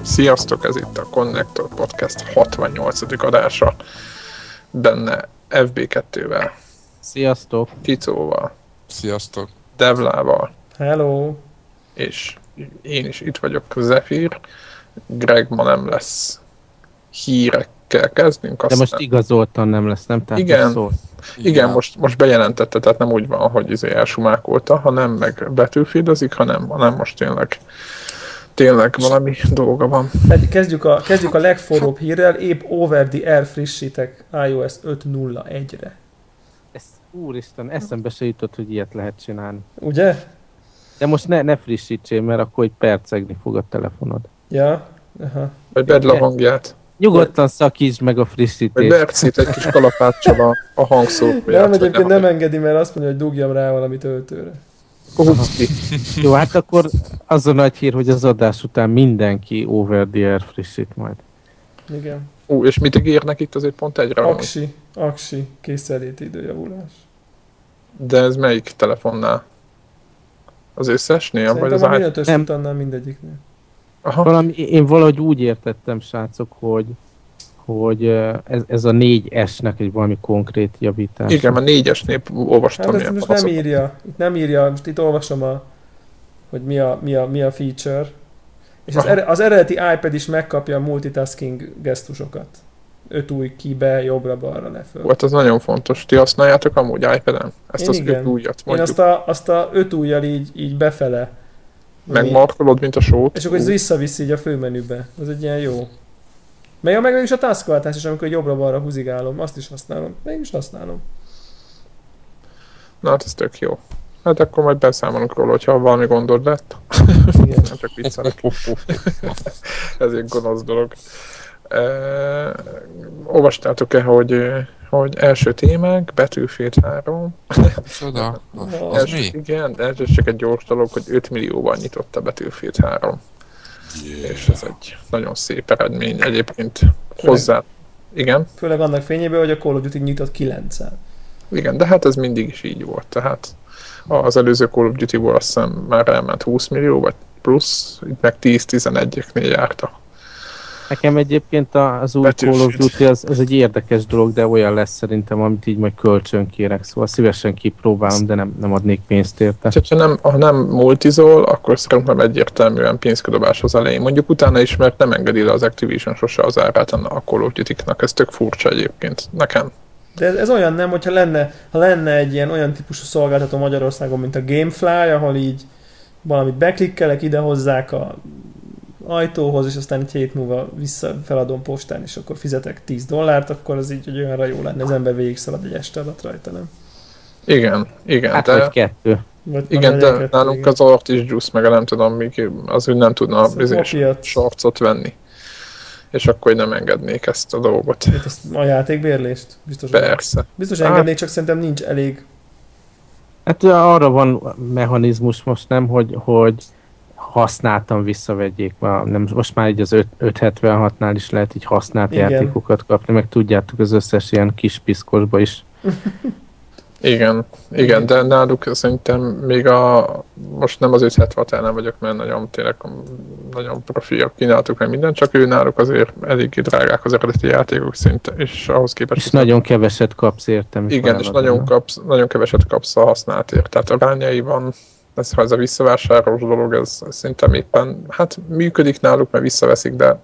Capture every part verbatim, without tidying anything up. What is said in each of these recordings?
Sziasztok, ez itt a Connector Podcast hatvannyolcadik adása. Benne ef bé kettővel. Sziasztok. Kicóval. Sziasztok. Devlával. Hello. És én is itt vagyok, Zephyr. Greg ma nem lesz. Hírekkel kezdünk. De most igazoltan nem lesz, nem? Tehát igen, szól. igen, igen. Most, most bejelentette, tehát nem úgy van, hogy izé elsumákolta, ha nem meg betűfieldezik, hanem, hanem most tényleg tényleg valami dolga van. Kezdjük a, kezdjük a legforróbb hírrel, épp over the air frissítek iOS öt pont nulla egyre. Ez, úristen, eszembe se jutott, hogy ilyet lehet csinálni. Ugye? De most ne, ne frissítsél, mert akkor egy percegni fog a telefonod. Ja, aha. Vagy bedd le a hangját. Nyugodtan szakítsd meg a frissítést. Vagy Bercit egy kis kalapáccsal a, a hangszóróját. Nem, egyébként nem engedi, mert azt mondja, hogy dugjam rá valami töltőre. Jó, hát akkor az a nagy hír, hogy az adás után mindenki over the air frissít majd. Igen. Ú, és mit ígérnek itt azért pont egyre? Aksi, aksi, készenléti időjavulás. De ez melyik telefonnál? Az összesnél? Vagy az Szerintem a minőtös utannál mindegyiknél. Aha. Valami, én valahogy úgy értettem, srácok, hogy, hogy ez, ez a négy es-nek egy valami konkrét javítás. Igen, a négyesnél olvastam. Hát ezt most nem írja, itt nem írja, most itt olvasom, a, hogy mi a, mi, a, mi a feature. És az, er, az eredeti iPad is megkapja a multitasking gesztusokat. Öt új kibe, jobbra-balra, leföl. Hát ez nagyon fontos. Ti használjátok amúgy iPad-en? Ezt Én az igen. öt újat mondjuk. Én azt a, azt a öt ujjal így, így befele. Megmarkolod, mint a sót. És akkor ez visszaviszi így a főmenübe. Ez egy ilyen jó. Meg, meg is a taskváltás is, amikor jobbra-balra húzigálom, azt is használom. Meg is használom. Na hát ez tök jó. Hát akkor majd beszámolunk róla, hogyha valami gondod lett. Igen. Nem csak viccelek. Ez egy gonosz dolog. E, olvastátok-e, hogy, hogy első témánk, Battlefield három. Csoda, az első, mi? igen, de ez csak egy gyors dolog, hogy öt millióval nyitott a Battlefield három. Yeah. És ez egy nagyon szép eredmény egyébként hozzá. Igen. Főleg annak fényében, hogy a Call of Duty nyitott kilenccel. Igen, de hát ez mindig is így volt. Tehát az előző Call of Duty-ból azt hiszem már elment húsz millió, vagy plusz, itt meg tíz-tizenegyeknél járta. Nekem egyébként az új Call of Duty az, az egy érdekes dolog, de olyan lesz szerintem, amit így majd kölcsön kérek. Szóval szívesen kipróbálom, de nem, nem adnék pénzt érte. Ha nem, ha nem multizol, akkor szerintem egyértelműen pénzkidobás az elején. Mondjuk utána is, mert nem engedi le az Activision sose az árát a Call of Duty-knak. Ez tök furcsa egyébként. Nekem. De ez, ez olyan nem, hogyha lenne, ha lenne egy ilyen olyan típusú szolgáltató Magyarországon, mint a Gamefly, ahol így valamit beklikkelek, idehozzák a ajtóhoz, és aztán egy hét múlva vissza feladom postán, és akkor fizetek tíz dollárt, akkor az így hogy olyanra jó lenne, az ember végigszalad egy este alatt rajta, nem? Igen, igen. Hát de, vagy kettő. Vagy igen, de kettő, nálunk igen. az Artis Juice, meg nem tudom, még az úgy nem tudna sarcot venni. És akkor nem engednék ezt a dolgot. Itt ezt a játékbérlést? Biztos, persze. Biztos engednék, csak szerintem nincs elég. Hát arra van mechanizmus most nem, hogy, hogy használtan visszavegyék. Nem, most már így az ötszázhetvenhatnál is lehet így használt igen. játékokat kapni, meg tudjátok az összes ilyen kis piszkosba is. Igen, igen, de náluk szerintem még a, most nem az ötszázhetvanhatnál vagyok, mert nagyon tényleg nagyon profiak kínáltuk meg minden, csak ő náluk azért eléggé drágák az eredeti játékok szinte, és ahhoz képest... És nagyon keveset kapsz érte. Igen, és nagyon, kapsz, nagyon keveset kapsz a használtért, tehát arányai van, ez, ha ez a visszavásárolós dolog, ez szerintem éppen, hát működik náluk, mert visszaveszik, de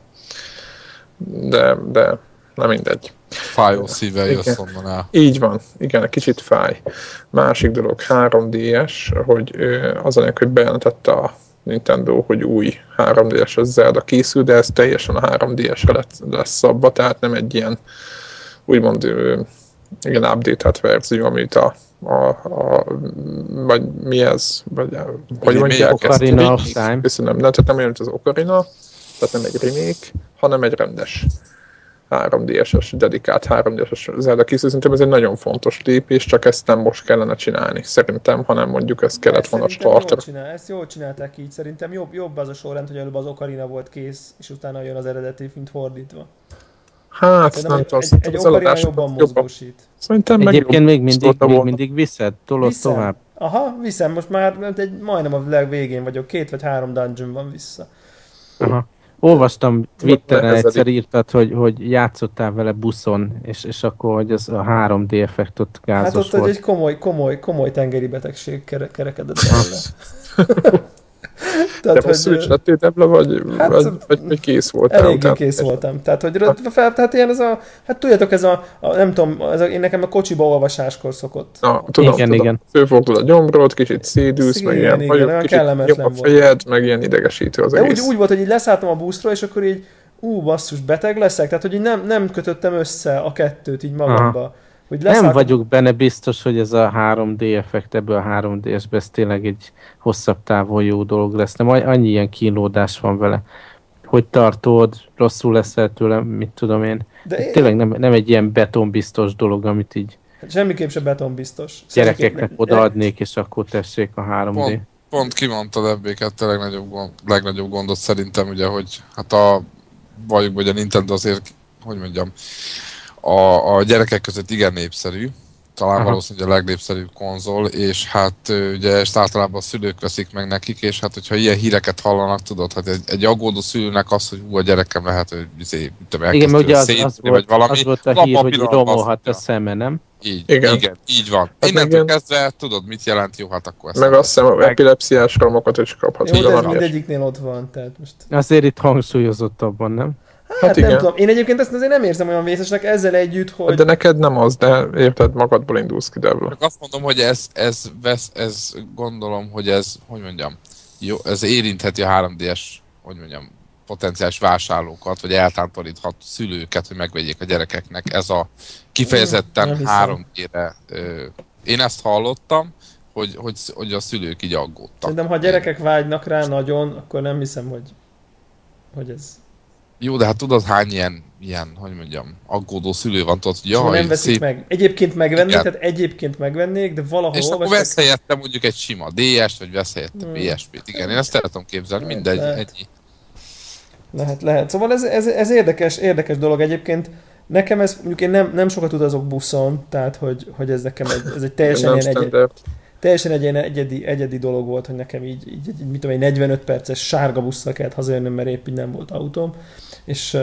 de, de nem mindegy. Fájó szívvel jössz onnan el. Így van, igen, egy kicsit fáj. Másik dolog, három dé es, hogy az anyag, hogy bejelentette a Nintendo, hogy új három dé es Zelda készül, de ez teljesen a három dé esre lesz, lesz szabva, tehát nem egy ilyen úgymond igen, update-hát verzió, amit a, a, a vagy mi ez, vagy hogy mondják ezt? Ocarina of Time. Köszönöm, nem, tehát nem olyan, mint az Ocarina, tehát nem egy remake, hanem egy rendes három dé es-es, dedikált három dé es-es Zelda készül. Szerintem ez egy nagyon fontos lépés, csak ezt nem most kellene csinálni, szerintem, hanem mondjuk ezt kellett volna startra. Csinál, ezt jól csinálták így, szerintem jobb, jobb az a sorrend, hogy előbb az Ocarina volt kész, és utána jön az eredeti, mint fordítva. Hát, nem egy, az, egy, egy az Ocarina jobban mozgósít. Szerintem egyébként még mindig, még mindig viszed, tolod tovább. Aha, viszem, most már egy, majdnem a végén vagyok, két vagy három dungeon van vissza. Aha. Olvastam Twitteren, egyszer írtad, hogy, hogy játszottál vele buszon, és, és akkor, hogy az a három dé effekt ott gázos hát ott volt. egy komoly, komoly, komoly tengeri betegség kere, kerekedett belőle. Tehát, de hosszú is lettél ebből, vagy, hát, vagy, vagy, vagy kész voltál? Eléggé utána. Kész voltam. Tehát, hogy hát. Fel, tehát ilyen ez a, hát tudjátok, ez a, a nem tudom, ez a, én nekem a kocsiba olvasáskor szokott. Na, tudom, igen, tudom. igen. Fölfogtad a gyomrod, kicsit szédülsz, meg ilyen igen, vagyok, kicsit jobb a fejed, meg ilyen idegesítő az de egész. Úgy, úgy volt, hogy így leszálltam a buszról, és akkor így, ú, basszus, beteg leszek, tehát, hogy így nem, nem kötöttem össze a kettőt így magamba. Aha. Hogy leszálltam... Nem vagyok benne biztos, hogy ez a három dé effekt ebből a három dé-esben ez tényleg egy hosszabb távon jó dolog lesz. Nem annyi ilyen kínlódás van vele. Hogy tartod, rosszul leszel tőle, mit tudom én. De én... Tényleg nem, nem egy ilyen betonbiztos dolog, amit így hát semmiképp se betonbiztos. Gyerekeknek odaadnék, és akkor tessék a három dé. Pont, pont kimondtad ebbéket, a legnagyobb, gond, legnagyobb gondot szerintem, ugye, hogy hát a valljuk, hogy a Nintendo azért, hogy mondjam, A, a gyerekek között igen népszerű, talán aha. valószínűleg a legnépszerűbb konzol, és hát ugye ezt általában a szülők veszik meg nekik, és hát hogyha ilyen híreket hallanak, tudod, hát egy, egy aggódó szülőnek az, hogy hú, a gyerekem lehet, hogy izé, igen, ugye az, az, volt, vagy valami, az volt a hír, hogy romolhat a szeme, nem? Így, igen. igen, így van. Hát innentől kezdve tudod, mit jelent, jó, hát akkor ezt... Meg azt hiszem, meg... epilepsziás romokat is kaphat. Jó, de mindegyiknél ott van, tehát most... Azért itt hangsúlyozottabban, nem? Hát, hát nem igen. tudom. Én egyébként ezt azért nem érzem olyan vészesnek ezzel együtt, hogy... De neked nem az, de érted, magadból indulsz ki ebből. Csak azt mondom, hogy ez, ez, ez, ez gondolom, hogy ez, hogy mondjam, jó, ez érintheti a három dé-es, hogy mondjam, potenciális vásárlókat, vagy eltántoríthat szülőket, hogy megvegyék a gyerekeknek. Ez a kifejezetten három dé-re. Én ezt hallottam, hogy, hogy, hogy a szülők így aggódtak. Szerintem, ha a gyerekek vágynak rá nagyon, akkor nem hiszem, hogy, hogy ez... Jó, de hát tudod, hány ilyen, ilyen, hogy mondjam, aggódó szülő van, tudod, hogy jaj, nem veszik szép... meg. Egyébként megvennék, tehát egyébként megvennék, de valahol és olvasták... akkor vesz helyette mondjuk egy sima dé es-t, vagy vesz helyette hmm. bé es pé-t. Igen, én ezt el tudom képzelni, lehet, mindegy, lehet. ennyi. Lehet, lehet. Szóval ez, ez, ez érdekes, érdekes dolog egyébként. Nekem ez, mondjuk én nem, nem sokat utazok buszon, tehát hogy, hogy ez nekem egy, ez egy teljesen ilyen egy, teljesen egy ilyen egyedi, egyedi dolog volt, hogy nekem így, így, így mit tudom, egy negyvenöt perces sárga busszal kellett hazajönnöm, mert épp így nem volt autóm. És,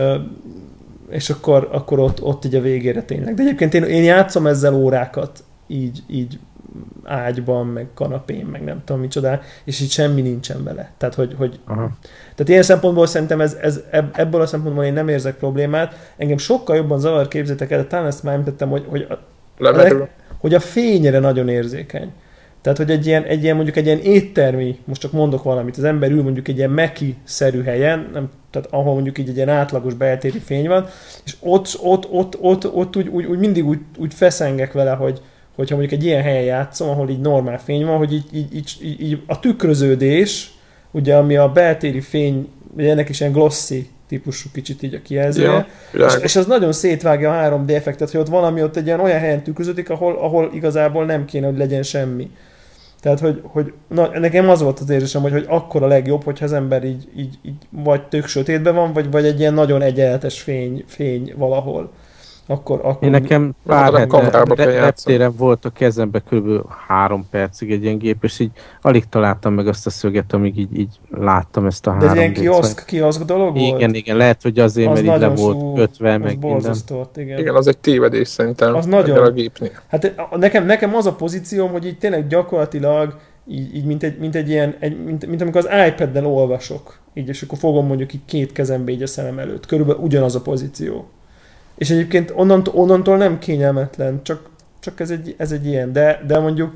és akkor, akkor ott, ott így a végére tényleg. De egyébként én, én játszom ezzel órákat, így, így ágyban, meg kanapén, meg nem tudom micsoda, és így semmi nincsen vele. Tehát, hogy, hogy tehát ilyen szempontból szerintem ez, ez, ebből a szempontból én nem érzek problémát. Engem sokkal jobban zavar, képzétek el, talán ezt már említettem, hogy, hogy, a, a, hogy a fényre nagyon érzékeny. Tehát, hogy egy ilyen, egy ilyen, mondjuk egy ilyen éttermi, most csak mondok valamit, az ember ül mondjuk egy ilyen Meki-szerű helyen, nem, tehát ahol mondjuk így egy ilyen átlagos beltéri fény van, és ott, ott, ott, ott, ott úgy, úgy, úgy mindig úgy, úgy feszengek vele, hogy, hogyha mondjuk egy ilyen helyen játszom, ahol így normál fény van, hogy így, így, így, így a tükröződés, ugye ami a beltéri fény, ugye ennek is ilyen glossy típusú kicsit így a kijelzője, ja, és, és az nagyon szétvágja a három dé effektet, hogy ott valami ott egy ilyen olyan helyen tükröződik, ahol, ahol igazából nem kéne, hogy legyen semmi. Tehát, hogy, hogy na, nekem az volt az érzésem, hogy, hogy akkor a legjobb, hogyha az ember így, így, így vagy tök sötétben van, vagy, vagy egy ilyen nagyon egyenletes fény, fény valahol. Akkor, akkor én nekem pár hete reptéren volt a kezembe kb. három percig egy ilyen gép, és így alig találtam meg azt a szöget, amíg így, így láttam ezt a három dé-t. De egy ilyen kioszk, kioszk dolog volt? Igen, igen, lehet, hogy azért, az mert így le volt kötve, meg minden. Igen. igen, az egy tévedés szerintem az nagyon, a gépnél. Hát nekem, nekem az a pozícióm, hogy így tényleg gyakorlatilag így, így mint, egy, mint egy ilyen, egy, mint, mint amikor az iPad-del olvasok, így, és akkor fogom mondjuk így két kezembe így a szemem előtt. Körülbelül ugyanaz a pozíció. És egyébként onnantól, onnantól nem kényelmetlen, csak, csak ez, egy, ez egy ilyen, de, de mondjuk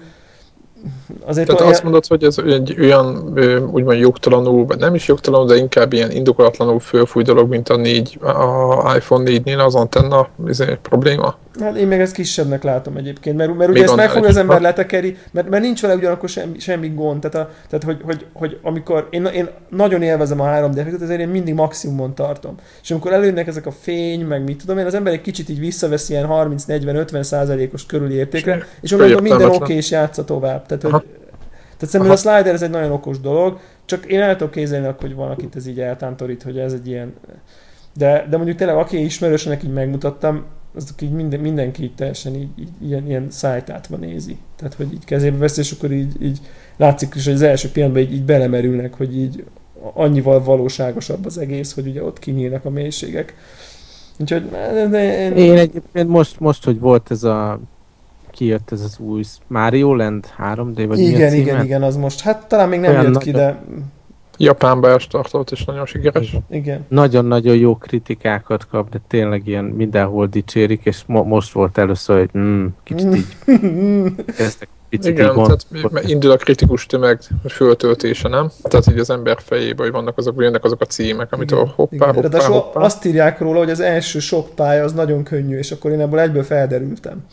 azért... Tehát olyan... azt mondod, hogy ez egy olyan úgymond jogtalanul, vagy nem is jogtalanul, de inkább ilyen indokolatlanul fölfúj dolog, mint a, négy, a iPhone négynél az antenna izé, probléma? Hát én meg ezt kisebbnek látom egyébként, mert, mert ugye ezt megfogja az ember, letekeri, mert, mert nincs vele ugyanakkor semmi, semmi gond, tehát, a, tehát hogy, hogy, hogy amikor én, én nagyon élvezem a három dé effektet, ezért én mindig maximumon tartom. És amikor előjönnek ezek a fény, meg mit tudom én, az ember egy kicsit így visszavesz ilyen harminc negyven ötven százalékos körüli értékre, és onnantól minden oké okay, és játsza tovább. Tehát, hogy, tehát szerintem a slider ez egy nagyon okos dolog, csak én el tudom képzelni, hogy van, akit ez így eltántorít, hogy ez egy ilyen... De, de mondjuk tényleg, aki ismerősenek így megmutattam, azok így minden, mindenki így teljesen így, így, ilyen, ilyen szájtátva nézi. Tehát, hogy így kezébe veszi, és akkor így, így látszik is, hogy az első pillanatban így, így belemerülnek, hogy így annyival valóságosabb az egész, hogy ugye ott kinyílnak a mélységek. Úgyhogy... De én... én egyébként most, most, hogy volt ez a kijött ez az új Mario Land három dé, vagy igen, mi a igen, igen, az most. Hát talán még nem olyan jött ki, de... Japánba elstartolt, és nagyon sikeres. Igen. Nagyon-nagyon jó kritikákat kap, de tényleg ilyen mindenhol dicsérik, és mo- most volt először, hogy mm, kicsit így kezdtek picit igen, így tehát indul a kritikus tömeg föltöltése, nem? Tehát így az ember fejébe, hogy vannak azok, jönnek azok a címek, amitől igen, hoppá, igen. hoppá, hoppá, hoppá. Azt írják róla, hogy az első sok pálya az nagyon könnyű, és akkor én ebből egyből felderültem.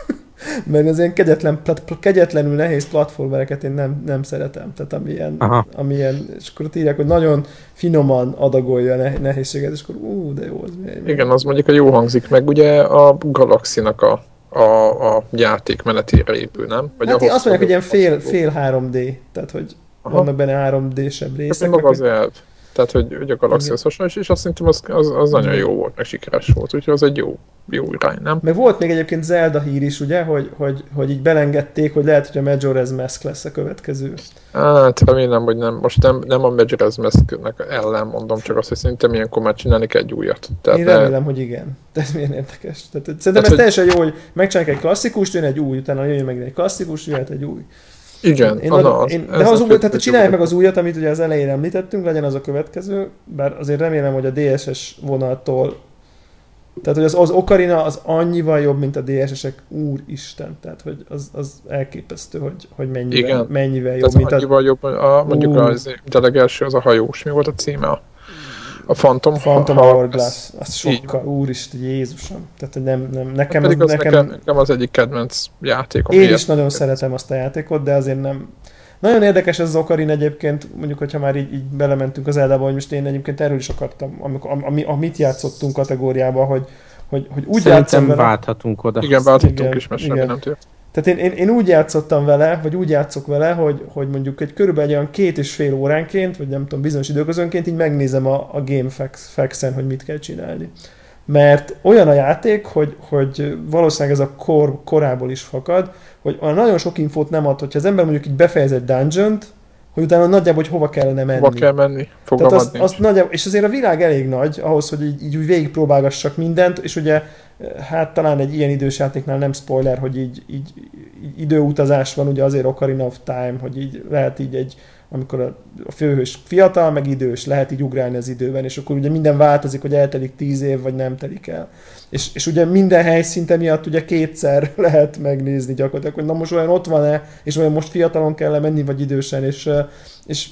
Mert az ilyen kegyetlen, kegyetlenül nehéz platformereket én nem, nem szeretem. Tehát amilyen, amilyen, és akkor ott írják, hogy nagyon finoman adagolja a nehézséget, és akkor ú, de jó. Az mi, igen, az mondjuk a jó hangzik, meg ugye a Galaxy-nak a, a, a játék menetére épül, nem? Vagy hát azt mondják, hogy ilyen fél, fél három dé, tehát hogy aha. vannak benne három dé-sebb részek. Ez maga az elv. Tehát, hogy, hogy a Galaxy-hoz hasonló, és azt szerintem az, az, az nagyon jó volt, meg sikeres volt, úgyhogy az egy jó, jó irány, nem? Meg volt még egyébként Zelda hír is, ugye, hogy, hogy, hogy így belengedték, hogy lehet, hogy a Majora's Mask lesz a következő. Hát remélem, hogy nem. Most nem, nem a Majora's Mask-nek ellen mondom, csak azt, hogy szerintem ilyenkor már csinálni egy újat. Tehát én remélem, le... hogy igen. De ez milyen érdekes. Tehát, szerintem Tehát, ez hogy... teljesen jó, hogy megcsinálják egy klasszikust, jön egy új, utána jöjjön meg egy klasszikus, jöhet egy új. Igen, én az, ad, az, én, de az, az tehát csinálják meg az újat, amit ugye az elején említettünk, legyen az a következő, bár azért remélem, hogy a dé es es vonaltól, tehát hogy az, az Ocarina az annyival jobb, mint a dé es esek, úristen, tehát hogy az, az elképesztő, hogy, hogy mennyivel, igen. mennyivel jobb, mint annyival a... jobb, a, mondjuk uh. az, de legelső az a hajós, mi volt a címe? A, a Phantom, Phantom Hourglass, az sokkal, úristen, Jézusom. Tehát, hogy nem, nem, nekem, az, az, nekem, nekem, nekem az egyik kedvenc játékom. Én is nagyon szeretem azt a játékot, de azért nem... Nagyon érdekes ez az Ocarina egyébként, mondjuk, hogyha már így, így belementünk az Zeldába, hogy most én egyébként erről is akartam, amikor, ami, amit játszottunk kategóriába, hogy, hogy, hogy úgy játszom vele... válthatunk oda. Igen, válthatunk is, mert semmi nem tűnt. Tehát én, én, én úgy játszottam vele, vagy úgy játszok vele, hogy, hogy mondjuk egy körülbelül olyan két és fél óránként, vagy nem tudom, bizonyos időközönként így megnézem a, a GameFAQs-en, hogy mit kell csinálni. Mert olyan a játék, hogy, hogy valószínűleg ez a kor, korából is fakad, hogy nagyon sok infót nem ad, hogyha az ember mondjuk így befejez egy dungeont, hogy utána nagyjából, hogy hova kellene menni. Hova kell menni, fogalmad az, az nagyjából, és azért a világ elég nagy, ahhoz, hogy így, így úgy végigpróbálgassak mindent, és ugye hát talán egy ilyen idős játéknál nem spoiler, hogy így, így, így időutazás van, ugye azért Ocarina of Time, hogy így lehet így egy, amikor a, a főhős fiatal, meg idős, lehet így ugrálni az időben, és akkor ugye minden változik, hogy eltelik tíz év, vagy nem telik el. És, és ugye minden helyszinte miatt ugye kétszer lehet megnézni gyakorlatilag, hogy na most olyan ott van-e, és olyan most fiatalon kell menni, vagy idősen, és, és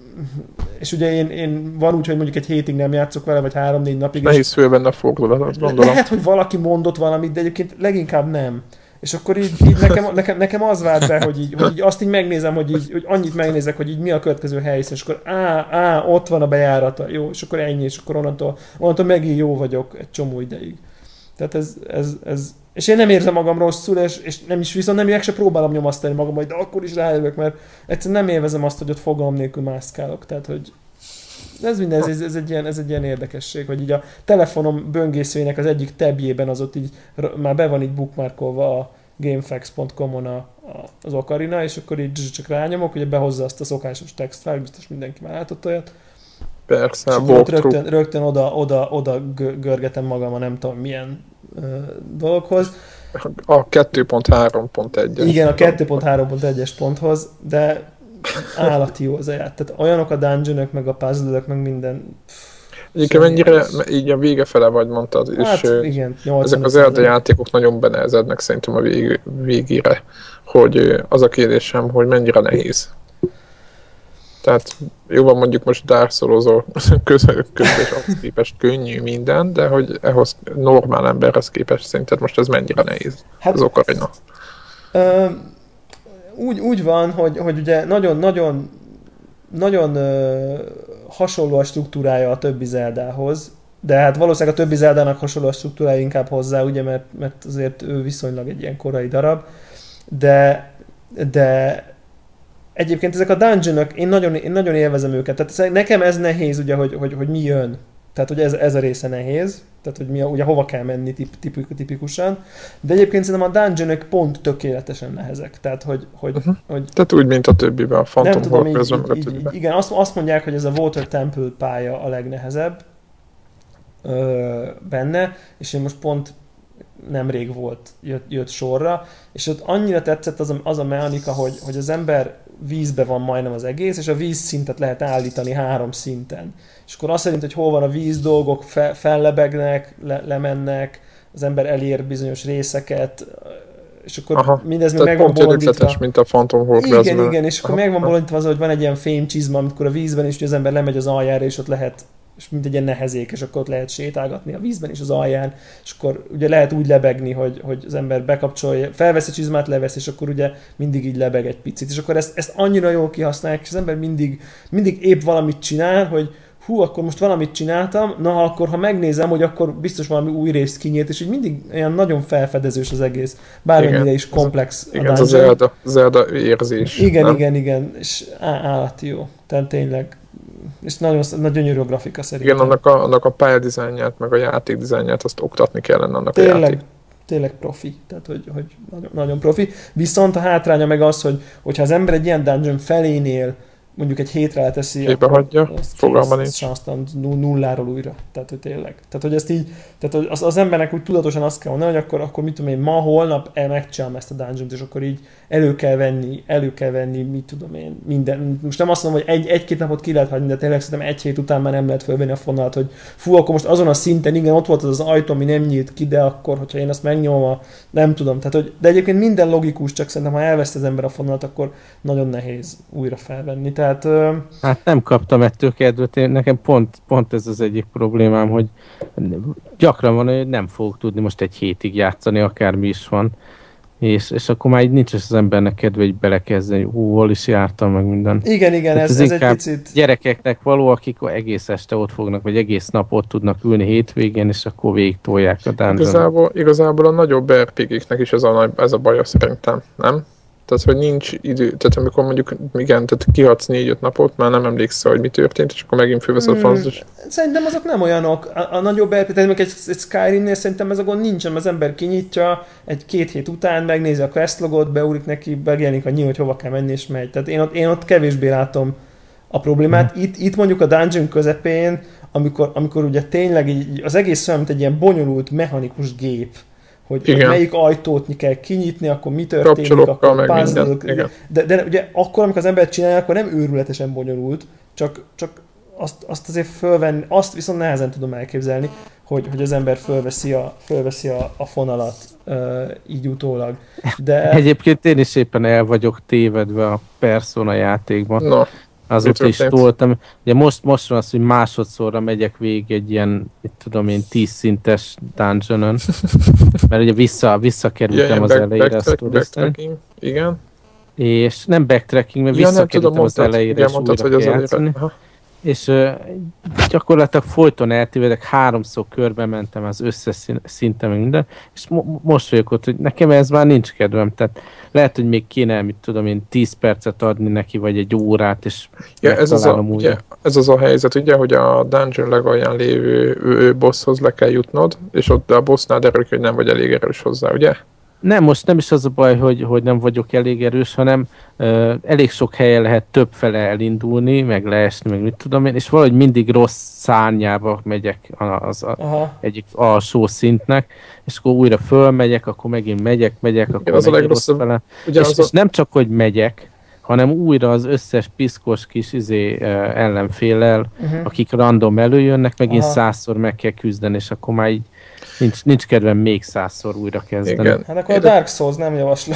és ugye én, én van úgy, hogy mondjuk egy hétig nem játszok vele, vagy három-négy napig. Nehéz föl benne a fordulat, azt gondolom. Lehet, hogy valaki mondott valamit, de egyébként leginkább nem. És akkor így, így nekem, nekem, nekem az vált be, hogy, így, hogy így azt így megnézem, hogy, így, hogy annyit megnézek, hogy így mi a következő helyszín, és akkor á, á, ott van a bejárata, jó, és akkor ennyi, és akkor onnantól, onnantól megint jó vagyok egy csomó ideig. Tehát ez, ez, ez és én nem érzem magam rosszul, és, és nem is, viszont nem meg se próbálom nyomasztani magam, hogy de akkor is rájövök, mert egyszerűen nem élvezem azt, hogy ott fogalm nélkül mászkálok. Tehát, hogy ez minden, ez, ez, egy ilyen, ez egy ilyen érdekesség, hogy így a telefonom böngészőjének az egyik tabjében az ott így már be van így bookmarkolva a gamefax pont com-on a, a, az Ocarina, és akkor így csak rányomok, hogy behozza azt a szokásos textfájlt, biztos mindenki már látott olyat. Persze, és rögtön, rögtön oda, oda, oda görgetem magam a nem tudom milyen uh, dologhoz. A kettő pont három pont egy-es. Igen, a kettő pont három pont egy-es ponthoz, de állati jó az a ját. Tehát olyanok a dungeonök, meg a puzzle-ök, meg minden. Egyébként mennyire így a vége fele vagy mondtad, hát, és igen, ezek az Zelda játékok nagyon benehezednek szerintem a vég, végére, hogy az a kérdésem, hogy mennyire nehéz. Tehát jó van, mondjuk most Dark Souls-ol közben ahhoz képest könnyű minden, de hogy ehhoz normál emberhez képest szerinted most ez mennyire nehéz, hát, az Ocarina? Ö, úgy, úgy van, hogy, hogy ugye nagyon-nagyon nagyon ö, hasonló a struktúrája a többi Zeldához, de hát valószínűleg a többi Zeldának hasonló a struktúrája inkább hozzá, ugye, mert, mert azért ő viszonylag egy ilyen korai darab, de, de egyébként ezek a dungeonok, én nagyon, én nagyon élvezem őket, tehát nekem ez nehéz ugye, hogy, hogy, hogy mi jön. Tehát, hogy ez, ez a része nehéz, tehát, hogy mi a, ugye hova kell menni tip, tipik, tipikusan, de egyébként szerintem a dungeonok pont tökéletesen nehezek, tehát, hogy... hogy, uh-huh. hogy tehát úgy, mint a többiben, a Phantom nem tudom, így, közben, így, így, így, igen, azt, azt mondják, hogy ez a Water Temple pálya a legnehezebb ö, benne, és én most pont nemrég volt, jött, jött sorra, és ott annyira tetszett az a, az a mechanika, hogy, hogy az ember vízbe van majdnem az egész, és a vízszintet lehet állítani három szinten. És akkor azt szerint, hogy hol van a víz, dolgok fe, fellebegnek, le, lemennek, az ember elér bizonyos részeket, és akkor aha, mindez még meg van bolondítva. mint a Phantom Hourglass. Igen, igen, és akkor meg van bolondítva az, hogy van egy ilyen fémcsizma, amikor a vízben is, hogy az ember lemegy az aljára, és ott lehet, és mint egy ilyen nehezék, és akkor ott lehet sétálgatni a vízben és az alján, és akkor ugye lehet úgy lebegni, hogy, hogy az ember bekapcsolja, felvesz a csizmát, levesz, és akkor ugye mindig így lebeg egy picit, és akkor ezt, ezt annyira jól kihasználják, és az ember mindig, mindig épp valamit csinál, hogy hú, akkor most valamit csináltam, na akkor ha megnézem, hogy akkor biztos valami új részt kinyílt, és így mindig olyan nagyon felfedezős az egész, bármennyire is komplex az, a igen, az Zelda, Zelda érzés. Igen, nem? igen, igen, és állati jó, tehát tényleg, és nagyon, nagyon gyönyörű a grafika szerintem. Igen, annak a, annak a pályadizájnját, meg a játékdizájnját, azt oktatni kellene annak tényleg, a játék. Tényleg profi, tehát hogy, hogy nagyon, nagyon profi. Viszont a hátránya meg az, hogy hogyha az ember egy ilyen dungeon felénél mondjuk egy hétre leteszi, Ébe hagyja, fogalma nincs. Aztán nulláról újra. Tehát, hogy tényleg. Tehát, hogy ezt így, tehát az, az embernek úgy tudatosan azt kell mondani, hogy akkor, akkor mit tudom én, ma, holnap megcsinálom ezt a dungeont, és akkor így elő kell venni, elő kell venni, mit tudom én, minden. Most nem azt mondom, hogy egy, egy-két napot ki lehet hagyni, de tényleg szerintem egy hét után már nem lehet fölvenni a fonalat, hogy fú, akkor most azon a szinten, igen, ott volt az az ajtó, ami nem nyílt ki, de akkor, hogyha én azt megnyomom, nem tudom. Tehát, hogy, de egyébként minden logikus, csak szerintem, ha elveszt az ember a fonalat, akkor nagyon nehéz újra felvenni. Tehát, hát nem kaptam ettől kedvet, én, nekem pont, pont ez az egyik problémám, hogy gyakran van, hogy nem fogok tudni most egy hétig játszani, akármi is van, és, és akkor már így nincs az embernek kedve, hogy belekezdeni, hogy hú, hol is jártam, meg minden. Igen, igen, ez, ez, ez egy picit... gyerekeknek való, akik egész este ott fognak, vagy egész nap ott tudnak ülni hétvégén, és akkor végig tolják a dungeon. Igazából, igazából a nagyobb er pé gé-knek is ez a, ez a baja szerintem, nem? Tehát, hogy nincs idő, tehát amikor mondjuk, igen, tehát kihatsz négy-öt napot, már nem emlékszel, hogy mi történt, és akkor megint fölveszed hmm, a franzos. Szerintem azok nem olyanok. A, a nagyobb er pé gé, tehát egy, egy Skyrimnél szerintem ez a gond nincsen, az ember kinyitja, egy-két hét után megnézi a questlogot, beúrik neki, megjelenik a nyíl, hogy hova kell menni, és megy. Tehát én ott, én ott kevésbé látom a problémát. Hmm. Itt, itt mondjuk a dungeon közepén, amikor, amikor ugye tényleg így, az egész olyan, mint egy ilyen bonyolult, mechanikus gép, hogy, hogy melyik ajtót kell kinyitni, akkor mi történik, akkor puzzle, de, de ugye akkor, amikor az ember csinálja, akkor nem őrületesen bonyolult, csak, csak azt, azt azért fölvenni, azt viszont nehezen tudom elképzelni, hogy, hogy az ember fölveszi a, fölveszi a, a fonalat uh, így utólag. De... Egyébként én is éppen el vagyok tévedve a Persona játékban. No. Azóta is toltam. Ugye most, most van az, hogy másodszorra megyek végig egy ilyen, mit tudom én, tíz szintes dungeonon. Mert ugye vissza, visszakerültem yeah, az back, elejére a backtracking, igen. És nem backtracking, mert ja, visszakerültem tudom, az mondtad, elejére, és mondtad, újra kell játszani. És uh, gyakorlatilag folyton eltévedek, háromszor körbe mentem az összes szinten, meg minden, és mo- most vagyok ott, hogy nekem ez már nincs kedvem, tehát lehet, hogy még kéne, mit tudom én, tíz percet adni neki, vagy egy órát, és ja, ez az, a, ugye, ez az a helyzet, ugye, hogy a dungeon legalján lévő ő, ő bosshoz le kell jutnod, és ott a bossnál derül, hogy nem vagy elég erős hozzá, ugye? Nem, most nem is az a baj, hogy, hogy nem vagyok elég erős, hanem uh, elég sok helyen lehet több fele elindulni, meg leesni, meg mit tudom én, és valahogy mindig rossz szárnyába megyek az a, egyik alsó szintnek, és akkor újra fölmegyek, akkor megint megyek, megyek, akkor az megint rossz fele. És, a... és nem csak, hogy megyek, hanem újra az összes piszkos kis izé, uh, ellenféllel, uh-huh. akik random előjönnek, megint Aha. százszor meg kell küzdeni, és akkor már így Nincs, nincs kedvem még százszor újra kezdeni. Igen. Hát akkor a Dark Souls nem javaslom.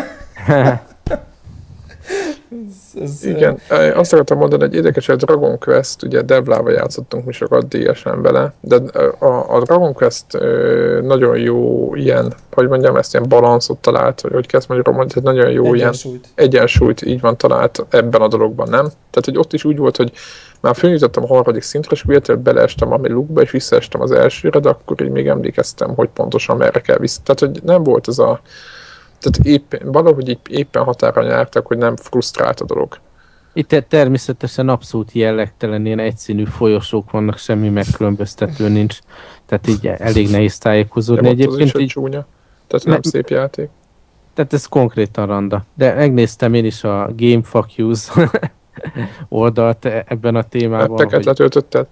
ez, ez, Igen, uh... azt akartam mondani, hogy érdekes, hogy a Dragon Quest, ugye Devlával játszottunk mi sokat dé es-en vele, de a, a Dragon Quest uh, nagyon jó ilyen, hogy mondjam, ezt ilyen balanszot talált, vagy hogy kezd magyarul mondani, tehát nagyon jó egyensúlyt. ilyen egyensúlyt így van talált ebben a dologban, nem? Tehát, hogy ott is úgy volt, hogy már fölnyújtottam a harmadik szintre, és véletlenül beleestem a lukba, és visszaestem az elsőre, de akkor így még emlékeztem, hogy pontosan merre kell vissza. Tehát, hogy nem volt ez a... Tehát éppen, valahogy így éppen határon jártak, hogy nem frusztrált a dolog. Itt természetesen abszolút jellegtelen, ilyen egyszínű folyosók vannak, semmi megkülönböztető nincs. Tehát így elég nehéz tájékozódni. Egyébként az is így... csúnya. Tehát nem me- szép játék. Tehát ez konkrétan randa. De megnéztem én is a Game Fuck Use oldalt ebben a témában. Teket hogy... letöltötted?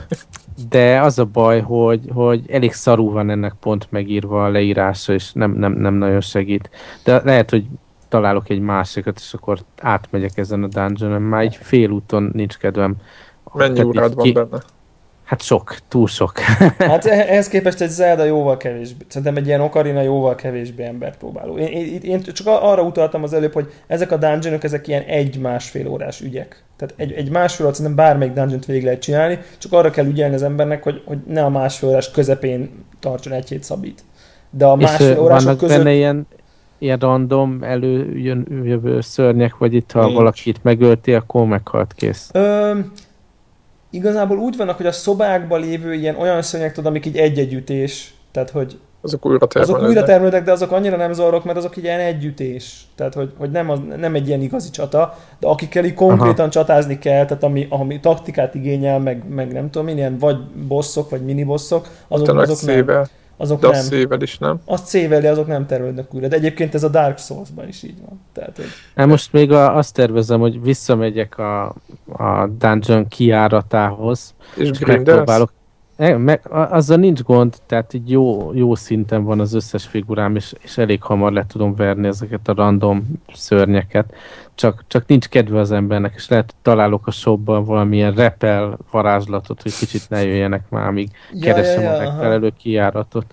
De az a baj, hogy, hogy elég szarú van ennek pont megírva a leírása, és nem, nem, nem nagyon segít. De lehet, hogy találok egy másikat, és akkor átmegyek ezen a dungeonon. Már egy félúton nincs kedvem. Mennyi órád van ki... benne? Hát sok, túl sok. Hát ehhez képest egy Zelda jóval kevésbé. Szerintem egy ilyen Ocarina jóval kevésbé embert próbáló. Én, én, én csak arra utaltam az előbb, hogy ezek a dungeonok, ezek ilyen egy-másfél órás ügyek. Tehát egy, egy másfél órát szerintem bármelyik dungeont végig lehet csinálni, csak arra kell ügyelni az embernek, hogy, hogy ne a másfél órás közepén tartson egy-hét szabít. De a másfél órások között... benne ilyen, ilyen random előjövő szörnyek, vagy itt, ha nincs. Valakit megölti, akkor meghalt, kész. Ö... Igazából úgy vannak, hogy a szobákban lévő ilyen olyan szörnyek, tudod, amik így egy-egy ütés, tehát hogy azok újra termelődnek. Azok újra termelődnek, de azok annyira nem zavarok, mert azok ilyen együttés. Tehát, hogy, hogy nem, az, nem egy ilyen igazi csata, de akikkel így konkrétan Aha. csatázni kell, tehát ami, ami taktikát igényel, meg, meg nem tudom, ilyen vagy bosszok, vagy minibosszok, azok, azok nem. Azok de nem. azt C-vel is nem. Azt C-vel, de azok nem terülődnek újra. De egyébként ez a Dark Souls-ban is így van. Tehát, hogy... hát most még a, azt tervezem, hogy visszamegyek a, a dungeon kijáratához. És, és megpróbálok. Meg, azzal nincs gond, tehát így jó, jó szinten van az összes figurám, és, és elég hamar le tudom verni ezeket a random szörnyeket. Csak, csak nincs kedve az embernek, és lehet, hogy találok a shopban valamilyen repel varázslatot, hogy kicsit ne jöjjenek már, amíg ja, keresem ja, ja, a megfelelő aha. kijáratot.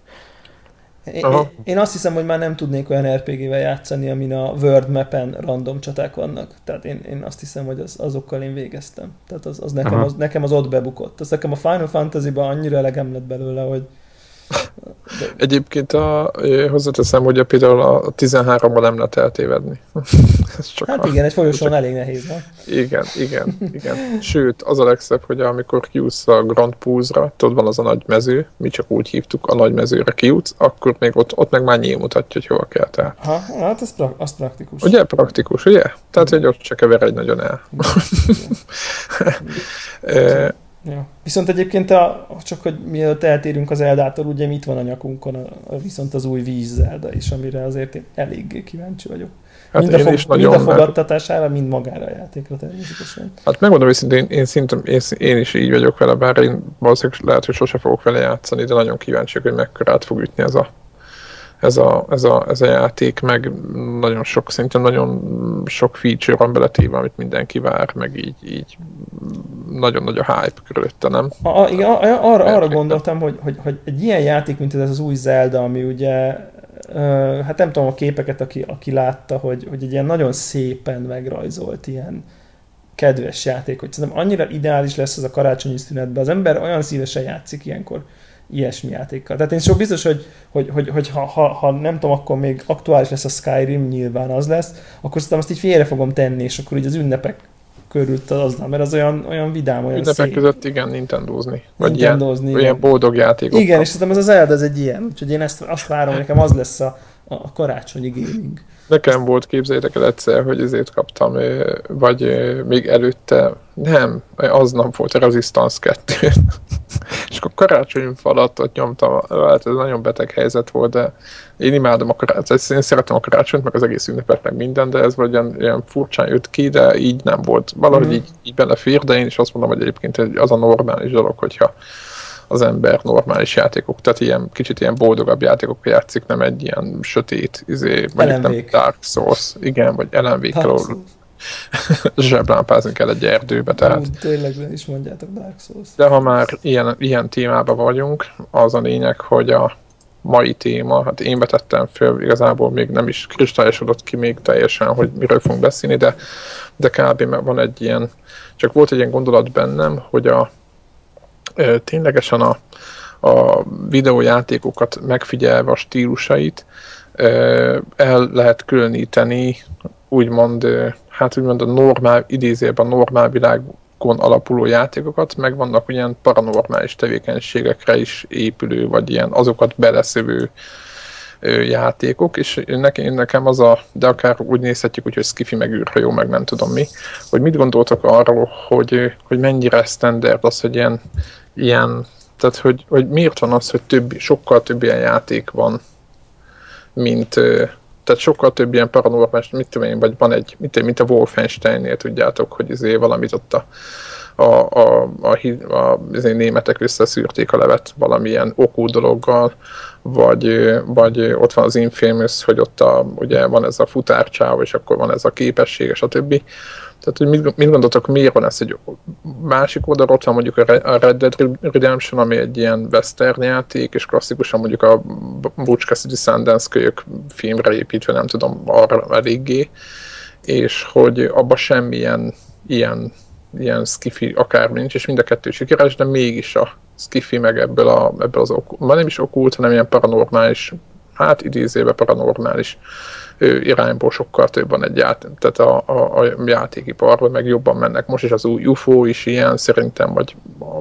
Én, én azt hiszem, hogy már nem tudnék olyan er pé gé-vel játszani, amin a World Map-en random csaták vannak. Tehát én, én azt hiszem, hogy az, azokkal én végeztem. Tehát az, az, nekem, az nekem az ott bebukott. Az nekem a Final Fantasy-ban annyira elegem lett belőle, hogy... De... Egyébként a, hozzáteszem, hogy a, például a tizenháromban nem lehet eltévedni. Hát a... igen, egy folyosón elég nehéz, nem? Igen, igen, igen. Sőt, az a legszebb, hogy amikor kijutsz a Grand Pulse-ra, tudod, van az a nagy mező, mi csak úgy hívtuk, a nagy mezőre kijutsz, akkor még ott, ott meg már nyíl mutatja, hogy hova kell tehát. Ha, hát ez pra- az praktikus. Ugye, praktikus, ugye? Tehát, hogy ott se kever egy nagyon el. e- Ja. Viszont egyébként a, csak hogy mielőtt eltérünk az Eldától, ugye itt van a nyakunkon a, a, viszont az új Víz Zelda is, amire azért én eléggé kíváncsi vagyok. Hát mind, a fog, mind a fogadtatására, mert... mind magára a játékra természetesen. Hát megmondom őszintén, én, én, szintén, én, én is így vagyok vele, bár én valószínűleg lehet, hogy sose fogok vele játszani, de nagyon kíváncsi, hogy mekkorát fog ütni ez a Ez a, ez, a, ez a játék, meg nagyon sok, szerintem nagyon sok feature van beletéve, amit mindenki vár, meg így, így nagyon nagy a hype körülötte, nem? A, igen, arra, arra gondoltam, hogy, hogy, hogy egy ilyen játék, mint ez az új Zelda, ami ugye, uh, hát nem tudom a képeket, aki, aki látta, hogy, hogy egy ilyen nagyon szépen megrajzolt ilyen kedves játék, hogy szerintem annyira ideális lesz ez a karácsonyi szünetben, az ember olyan szívesen játszik ilyenkor ilyesmi játékkal. Tehát én sok biztos, hogy, hogy, hogy, hogy ha, ha, ha nem tudom, akkor még aktuális lesz a Skyrim, nyilván az lesz, akkor szerintem azt így félre fogom tenni, és akkor így az ünnepek körült az, mert az olyan, olyan vidám, olyan ünnepek szép. között igen, Nintendózni. Vagy Nintendózni, ilyen, ilyen boldog játékok. Igen, és szerintem ez az Zelda, ez egy ilyen, úgyhogy én ezt, azt várom, hogy nekem az lesz a, a karácsonyi gaming. Nekem volt, képzeljétek el egyszer, hogy ezért kaptam, vagy még előtte, nem, aznap volt a Resistance kettő. És akkor karácsonyi falatot nyomtam, hát ez nagyon beteg helyzet volt, de én imádom a karácsonyt, én szeretem a karácsonyt, meg az egész ünnepet, meg minden, de ez vagy ilyen, ilyen furcsán jött ki, de így nem volt. Valahogy mm. így, így belefér, de én is azt mondom, hogy egyébként az a normális dolog, hogyha az ember normális játékok, tehát ilyen kicsit ilyen boldogabb játékok játszik, nem egy ilyen sötét, izé, mondjuk nem Dark Souls, igen, vagy ellenvékkel zseblámpázni kell egy erdőbe, tehát. Úgy, tényleg le is mondjátok Dark Souls. De ha már ilyen, ilyen témában vagyunk, az a lényeg, hogy a mai téma, hát én vetettem föl, igazából még nem is kristályosodott ki még teljesen, hogy miről fogunk beszélni, de, de kb. Van egy ilyen, csak volt egy ilyen gondolat bennem, hogy a ténylegesen a, a videójátékokat megfigyelve a stílusait el lehet különíteni, úgymond, hát úgymond a normál, idézőben a normál világon alapuló játékokat, meg vannak ilyen paranormális tevékenységekre is épülő, vagy ilyen azokat beleszövő játékok, és nekem, nekem az a, de akár úgy nézhetjük, úgy, hogy skifi meg űrhajó, meg nem tudom mi, hogy mit gondoltak arról, hogy, hogy mennyire standard az, hogy ilyen, ilyen tehát hogy, hogy miért van az, hogy több, sokkal több ilyen játék van, mint, tehát sokkal több ilyen paranormális, mit tudom én, vagy van egy, mint, mint a Wolfensteinnél, tudjátok, hogy azért valamit ott a a, a, a, a, a németek összeszűrték a levet valamilyen okú dologgal, vagy, vagy ott van az Infamous, hogy ott a, ugye van ez a futárcsáv, és akkor van ez a képesség, és a többi. Tehát, hogy mit, mit gondoltok, miért van ez, hogy másik oldalról ott van mondjuk a Red Dead Redemption, ami egy ilyen western játék, és klasszikusan mondjuk a Butch Cassidy Sundance kölyök filmre építve, nem tudom, arra eléggé, és hogy abban semmilyen ilyen ilyen skifi akármi nincs, és mind a kettő sikeres, de mégis a skifi meg ebből, a, ebből az okkult, már nem is okkult, hanem ilyen paranormális, hát idézőben paranormális ő, irányból sokkal több van egy játék, tehát a, a, a játékiparban meg jobban mennek. Most is az új u f o is ilyen szerintem, vagy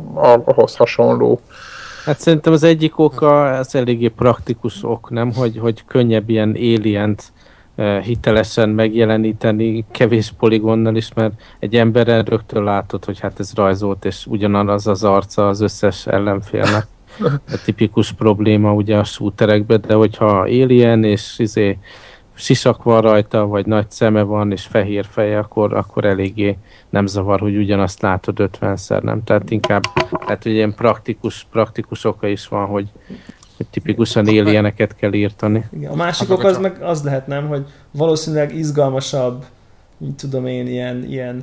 ahhoz hasonló. Hát szerintem az egyik oka, ez eléggé praktikus ok, nem? Hogy, hogy könnyebb ilyen alient hitelesen megjeleníteni, kevés poligonnal is, mert egy emberen rögtön látod, hogy hát ez rajzolt, és ugyanaz az arca az összes ellenfélnek. A tipikus probléma ugye a shooterekben, de hogyha alien és izé, sisak van rajta, vagy nagy szeme van, és fehér feje, akkor, akkor eléggé nem zavar, hogy ugyanazt látod ötvenszer, nem? Tehát inkább, tehát hogy ilyen praktikus, praktikus oka is van, hogy hogy tipikusan alieneket kell írtani. Igen, a másik ok az meg az lehet, nem, hogy valószínűleg izgalmasabb, mint tudom én, ilyen, ilyen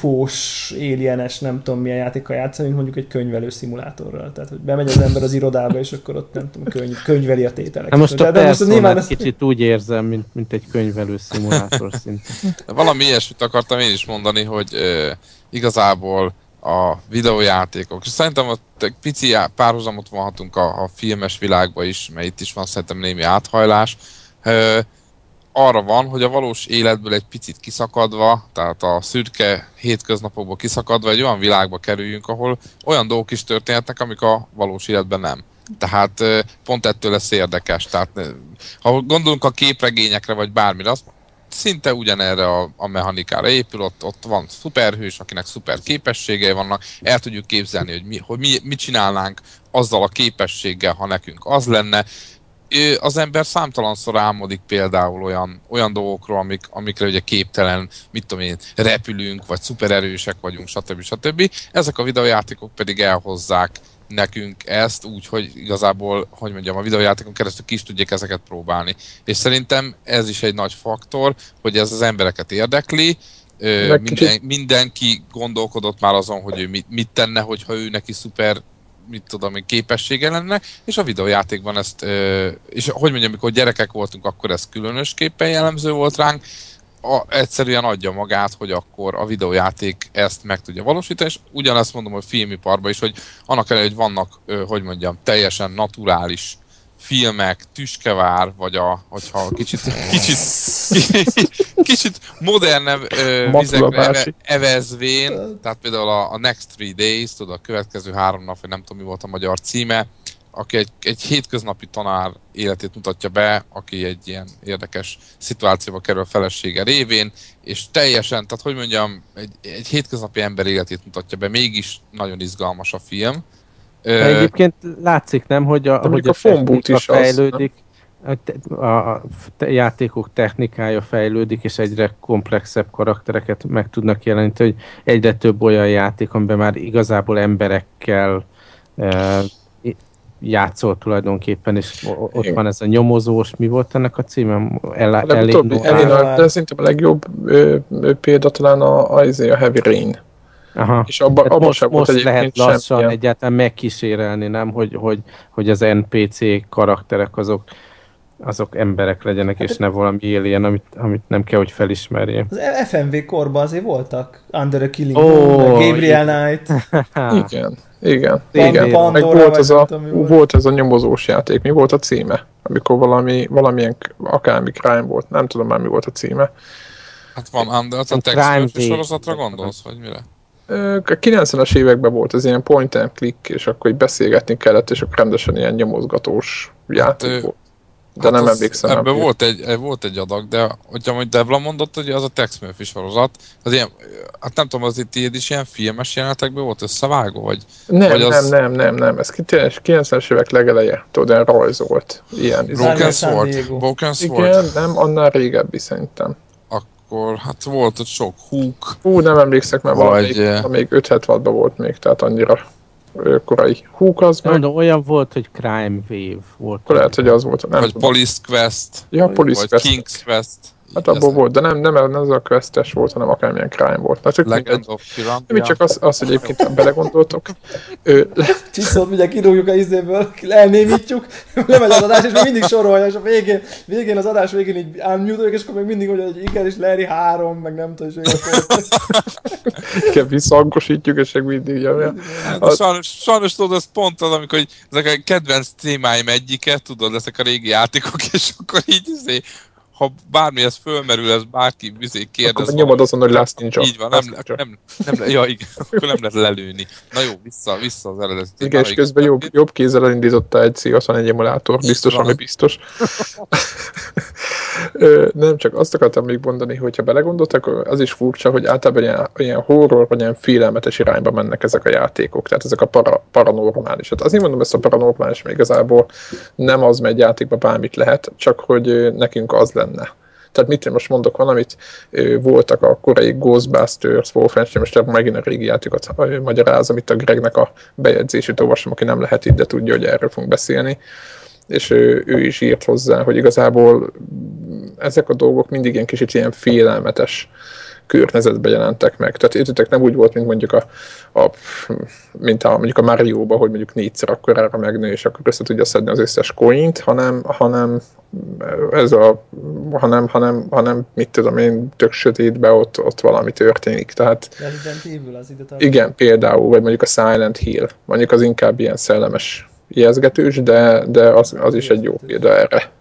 ufós, alienes, nem tudom milyen játékkal játszani, mint mondjuk egy könyvelő szimulátorral. Tehát, hogy bemegy az ember az irodába, és akkor ott nem tudom, könyv, könyveli a tételeket. Na most a Personát ez... kicsit úgy érzem, mint, mint egy könyvelő szimulátor szinte. Valami ilyesmit akartam én is mondani, hogy uh, igazából a videójátékok. És szerintem ott egy pici párhuzamot vonhatunk a, a filmes világba is, mert itt is van szerintem némi áthajlás. Ö, arra van, hogy a valós életből egy picit kiszakadva, tehát a szürke hétköznapokból kiszakadva egy olyan világba kerüljünk, ahol olyan dolgok is történhetnek, amik a valós életben nem. Tehát ö, pont ettől lesz érdekes. Tehát, ha gondolunk a képregényekre, vagy bármire, azt szinte ugyanerre a, a mechanikára épül, ott, ott van szuperhős, akinek szuper képességei vannak, el tudjuk képzelni, hogy, mi, hogy mi, mit csinálnánk azzal a képességgel, ha nekünk az lenne. Az ember számtalanszor álmodik például olyan, olyan dolgokról, amik, amikre ugye képtelen, mit tudom én, repülünk, vagy szupererősek vagyunk, stb. stb. Ezek a videójátékok pedig elhozzák nekünk ezt úgy, hogy igazából, hogy mondjam, a videójátékon keresztül ki is tudják ezeket próbálni. És szerintem ez is egy nagy faktor, hogy ez az embereket érdekli. Minden, mindenki gondolkodott már azon, hogy ő mit, mit tenne, hogyha ő neki szuper, mit tudom én, képessége lenne, és a videójátékban ezt, és hogy mondjam, amikor gyerekek voltunk, akkor ez különösképpen jellemző volt ránk, A, egyszerűen adja magát, hogy akkor a videójáték ezt meg tudja valósítani, és ugyanezt mondom a filmiparban is, hogy annak ellenére, hogy vannak, hogy mondjam, teljesen naturális filmek, Tüskevár, vagy a, hogyha kicsit, kicsit, kicsit modernebb vizekre eve, evezvén, tehát például a, a Next Three Days, tudod, a következő három nap, vagy nem tudom mi volt a magyar címe, aki egy, egy hétköznapi tanár életét mutatja be, aki egy ilyen érdekes szituációba kerül a felesége révén, és teljesen, tehát hogy mondjam, egy, egy hétköznapi ember életét mutatja be, mégis nagyon izgalmas a film. De egyébként látszik, nem, hogy a, hogy a, a technika is fejlődik, az, a, a játékok technikája fejlődik, és egyre komplexebb karaktereket meg tudnak jeleníteni, hogy egyre több olyan játék, amiben már igazából emberekkel e, játszol tulajdonképpen, és ott van ez a nyomozós, mi volt ennek a címe? Elinor, de szerintem a legjobb ö, ö, példa talán a, a, a Heavy Rain. Aha. És abba, abba most, most lehet lassan semmilyen. egyáltalán megkísérelni, nem? Hogy, hogy, hogy az en pé cé karakterek azok, azok emberek legyenek, hát és ne valami alien, amit, amit nem kell, hogy felismerjél. Az ef em vé korban azért voltak Under a Killing oh, Moon, Gabriel Knight. Igen, igen, Pandora, igen. Meg Pandora, volt, ez a, volt. volt ez a nyomozós játék. Mi volt a címe? Amikor valami, valamilyen akármi crime volt. Nem tudom már, mi volt a címe. Hát van Under, a Texas sorozatra gondolsz, vagy mire? A kilencvenes években volt ez ilyen point and click, és akkor így beszélgetni kellett, és akkor rendesen ilyen nyomozgatós játék hát, volt. de hát nem emlékszem. Ebben volt egy, volt egy adag, de hogyha majd Devla mondott, hogy az a Tex Murphy sorozat, az ilyen, hát nem tudom, az itt tiéd is ilyen filmes jelenetekben volt összevágó, vagy? Nem, vagy az... az... nem, nem, nem, ez kilencvenes évek legeleje, tudod, ilyen rajzolt. Ilyen. Broken Sword? Broken Sword? Igen, nem, annál régebbi szerintem. Akkor hát volt ott sok Hook. Hú, nem emlékszek, mert vagy... valami, még öt hetvenhatban volt még, tehát annyira korai. Hook az meg... Mondom, olyan volt, hogy Crime Wave volt. Lehet, hogy az volt. Nem vagy tudom. Police Quest. Ja, Police vagy Quest. King's Quest. Hát abból volt, de nem, nem, nem az a questes volt, hanem akármilyen crime volt. Na, csak Legend of Piranha. Csak az, az, hogy egyébként belegondoltok. Csiszot, mindjárt kidugjuk a izéből, elnémítjuk, lemegy az adás, és még mindig sorolja, és a végén, végén az adás végén így unmute-oljuk, és akkor még mindig mondja, hogy igen, és Larry három, meg nem tudom, és akkor... Igen, visszahangosítjuk, és még mindig jön. Hát, sajnos, sajnos tudod, ez pont az, amikor ezek a kedvenc témáim egyiket, tudod, ezek a régi játékok, és akkor így izé, ha bármi ez fölmerül, ez bárki bizé kérdez. Akkor nyomod azon, hogy Last Ninja. Így van, nem, nem, nem, nem, ja igen, akkor nem lehet lelőni. Na jó, vissza, vissza az eredeti. Igen, és közben jobb, jobb kézzel elindította egy C huszonegyes emulátor, biztos, ami biztos. Nem, csak azt akartam még mondani, hogyha belegondoltak, az is furcsa, hogy általában ilyen, ilyen horror, vagy ilyen félelmetes irányba mennek ezek a játékok, tehát ezek a para, paranormális. Hát azért mondom ezt a paranormális, mert igazából nem az, mert egy játékban bármit lehet, csak hogy nekünk az lenne. Tehát mit én most mondok valamit, voltak a korai Ghostbusters, Wolfenstein, most megint a régi játékot magyarázom, itt a Gregnek a bejegyzését olvasom, aki nem lehet itt, de tudja, hogy erről fogunk beszélni. És ő, ő is írt hozzá, hogy igazából ezek a dolgok mindig ilyen kicsit ilyen félelmetes környezetben jelentek meg. Tehát értitek, nem úgy volt, mint mondjuk a, a, mint a, mondjuk a Mario-ba, hogy mondjuk négyszer akkorára megnő, és akkor össze tudja szedni az összes coint, hanem, hanem ez a, hanem, hanem, hanem mit tudom én, tök sötétbe ott, ott valami történik. Tehát, Resident Evil az ide tartom. Igen, például, vagy mondjuk a Silent Hill, mondjuk az inkább ilyen szellemes ijeszgetős, de, de az, az is egy jó példa erre.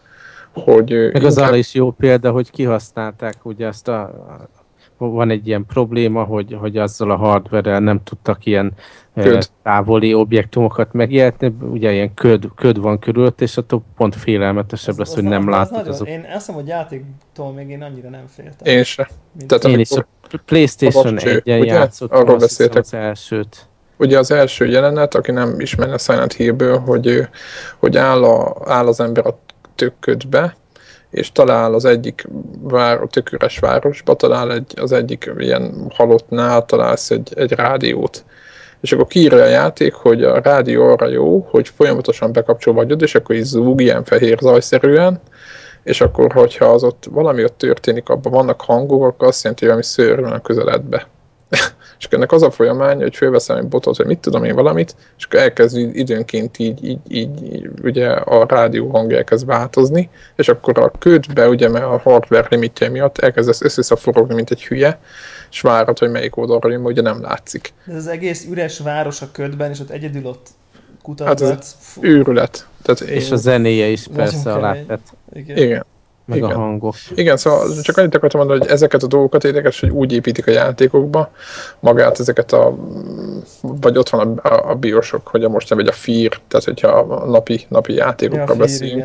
Hogy meg inkább... az arra is jó példa, hogy kihasználták ugye azt a, a van egy ilyen probléma, hogy, hogy azzal a hardware-rel nem tudtak ilyen köd. távoli objektumokat megjelentni, ugye ilyen köd, köd van körülött, és attól pont félelmetesebb lesz, hogy nem látod azok. Én azt hiszem, hogy játéktól még én annyira nem féltem. Én se. Tehát én is a PlayStation egyen játszottam arról beszéltek. Az elsőt. Ugye az első jelenet, aki nem ismerne Silent Hill-ből, hogy, hogy áll, a, áll az ember a töködbe, és talál az egyik vár, tököres városba, talál egy, az egyik ilyen halottnál, találsz egy, egy rádiót. És akkor kiírja a játék, hogy a rádió arra jó, hogy folyamatosan bekapcsol vagyod, és akkor így zúg ilyen fehér zajszerűen, és akkor, hogyha az ott valami ott történik, abban vannak hangok, akkor azt jelenti, hogy valami szőr van a közeledbe. És ennek az a folyamánya, hogy fölveszem egy botot, vagy mit tudom én valamit, és akkor elkezd időnként így, így, így, így ugye a rádió hangja elkezd változni, és akkor a ködbe, ugye, mert a hardware limitje miatt elkezdesz összeszaforogni, mint egy hülye, és várod, hogy melyik oldalra jön, ugye nem látszik. Ez az egész üres város a ködben, és ott egyedül ott kutatgatsz. Hát ez őrület. Tehát és én... a zenéje is persze alá tett. Igen. Igen. Meg Igen. a hangok. Igen, szóval csak annyit akartam mondani, hogy ezeket a dolgokat érdekes, hogy úgy építik a játékokba, magát ezeket a, vagy ott van a, a, a BioShock, hogy a most nem, vagy a Fear, tehát hogyha a napi, napi játékokra ja, beszélünk,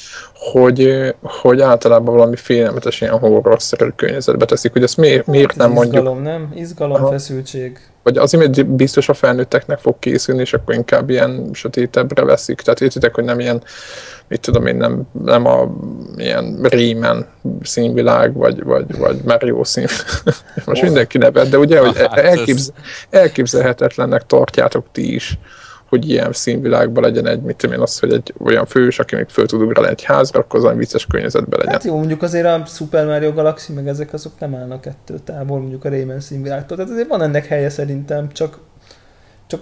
hogy, hogy általában valami félelmetes ilyen horror-szerű környezetbe teszik, hogy ezt miért, miért nem mondjuk. Izgalom, nem? Izgalom, aha. Feszültség. Vagy azért, mert biztos a felnőtteknek fog készülni, és akkor inkább ilyen sötétebbre veszik. Tehát értitek, hogy nem ilyen, mit tudom én, nem, nem a ilyen Rayman színvilág, vagy, vagy, vagy Mario szín. Most oh. mindenki nevet, de ugye, hogy elképzel, elképzelhetetlennek tartjátok ti is, hogy ilyen színvilágban legyen egy, mit tudom én, az, hogy egy olyan fős, aki még föl tud ugrani egy házra, akkor az olyan vicces környezetben legyen. Hát jó, mondjuk azért a Super Mario Galaxy, meg ezek azok nem állnak ettől távol, mondjuk a Rayman színvilágtól. Tehát azért van ennek helye szerintem, csak... csak...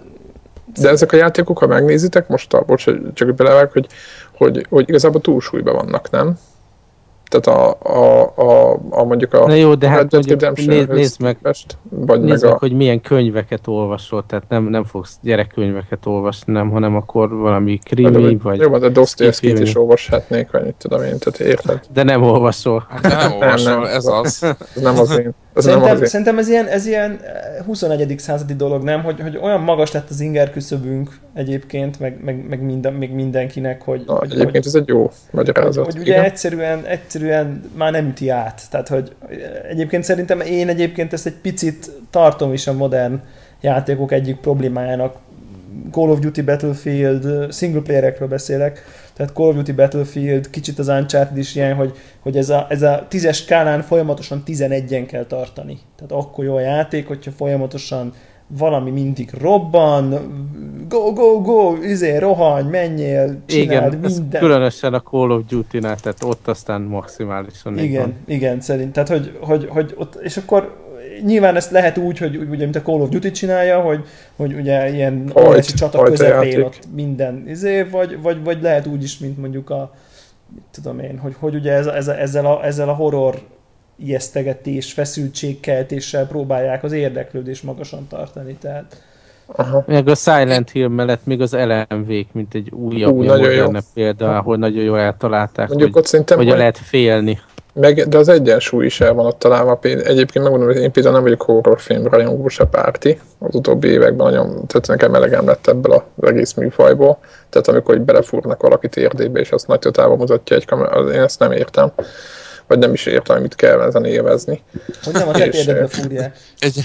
De ezek a játékok, ha megnézitek, most a, bocs, csak belevág, hogy, hogy, hogy igazából túlsúlyban vannak, nem? Tehát a, a, a, a mondjuk a... Na jó, de hát mondjuk nézd, nézd meg, vagy nézd meg, meg a... hogy milyen könyveket olvasol, tehát nem, nem fogsz gyerekkönyveket olvasni, nem, hanem akkor valami krimi, de, vagy... Jó, de Dostoyevskit is olvashatnék, vagy mit tudom én, tehát érted? De nem olvasol. De nem olvasol, nem, nem, ez az. Ez nem az én, Ez szerintem, szerintem ez ilyen, ez ilyen huszonegyedik századi dolog, nem? Hogy, hogy olyan magas lett az inger küszöbünk egyébként, meg, meg, meg, minden, meg mindenkinek, hogy... Na, hogy egyébként hogy, ez egy jó magyarázat. Hogy, hogy ugye egyszerűen, egyszerűen már nem üti át. Tehát, hogy egyébként szerintem én egyébként ezt egy picit tartom is a modern játékok egyik problémájának. Call of Duty Battlefield, single playerekről beszélek, tehát Call of Duty Battlefield, kicsit az Uncharted is ilyen, hogy, hogy ez, a, ez a tízes skálán folyamatosan tizenegyen kell tartani. Tehát akkor jó a játék, hogyha folyamatosan valami mindig robban, go, go, go, izé, rohanj, menjél, csináld, igen, minden. Különösen a Call of Duty-nál, tehát ott aztán maximálisan. Igen, van. igen, szerint. Tehát, hogy, hogy, hogy ott, és akkor nyilván ezt lehet úgy, hogy ugye, mint a Call of Duty csinálja, hogy, hogy ugye ilyen óriási csata közepén ott minden izé, vagy, vagy, vagy lehet úgy is, mint mondjuk a, mit tudom én, hogy, hogy ugye ez, ez, ezzel, a, ezzel a horror ijesztegetés, feszültségkeltéssel próbálják az érdeklődést magasan tartani, tehát... Aha. Meg a Silent Hill mellett még az el em vé-k, mint egy újabb, Ú, modernebb példa, ahol nagyon jól eltalálták, mondjuk hogy, ott hogy majd... lehet félni. Meg, de az egyensúly is el van ott találva. Egyébként megmondom, hogy én például nem vagyok horrorfilm rajongó se párti. Az utóbbi években nagyon, tehát nekem elegem lett ebből az egész műfajból. Tehát amikor így belefúrnak valaki térdébe, és azt nagy totálban mutatja egy kamera, én ezt nem értem. Vagy nem is értem, mit kell ezen élvezni. Hogy nem a te térdedbe fúrják. Egy...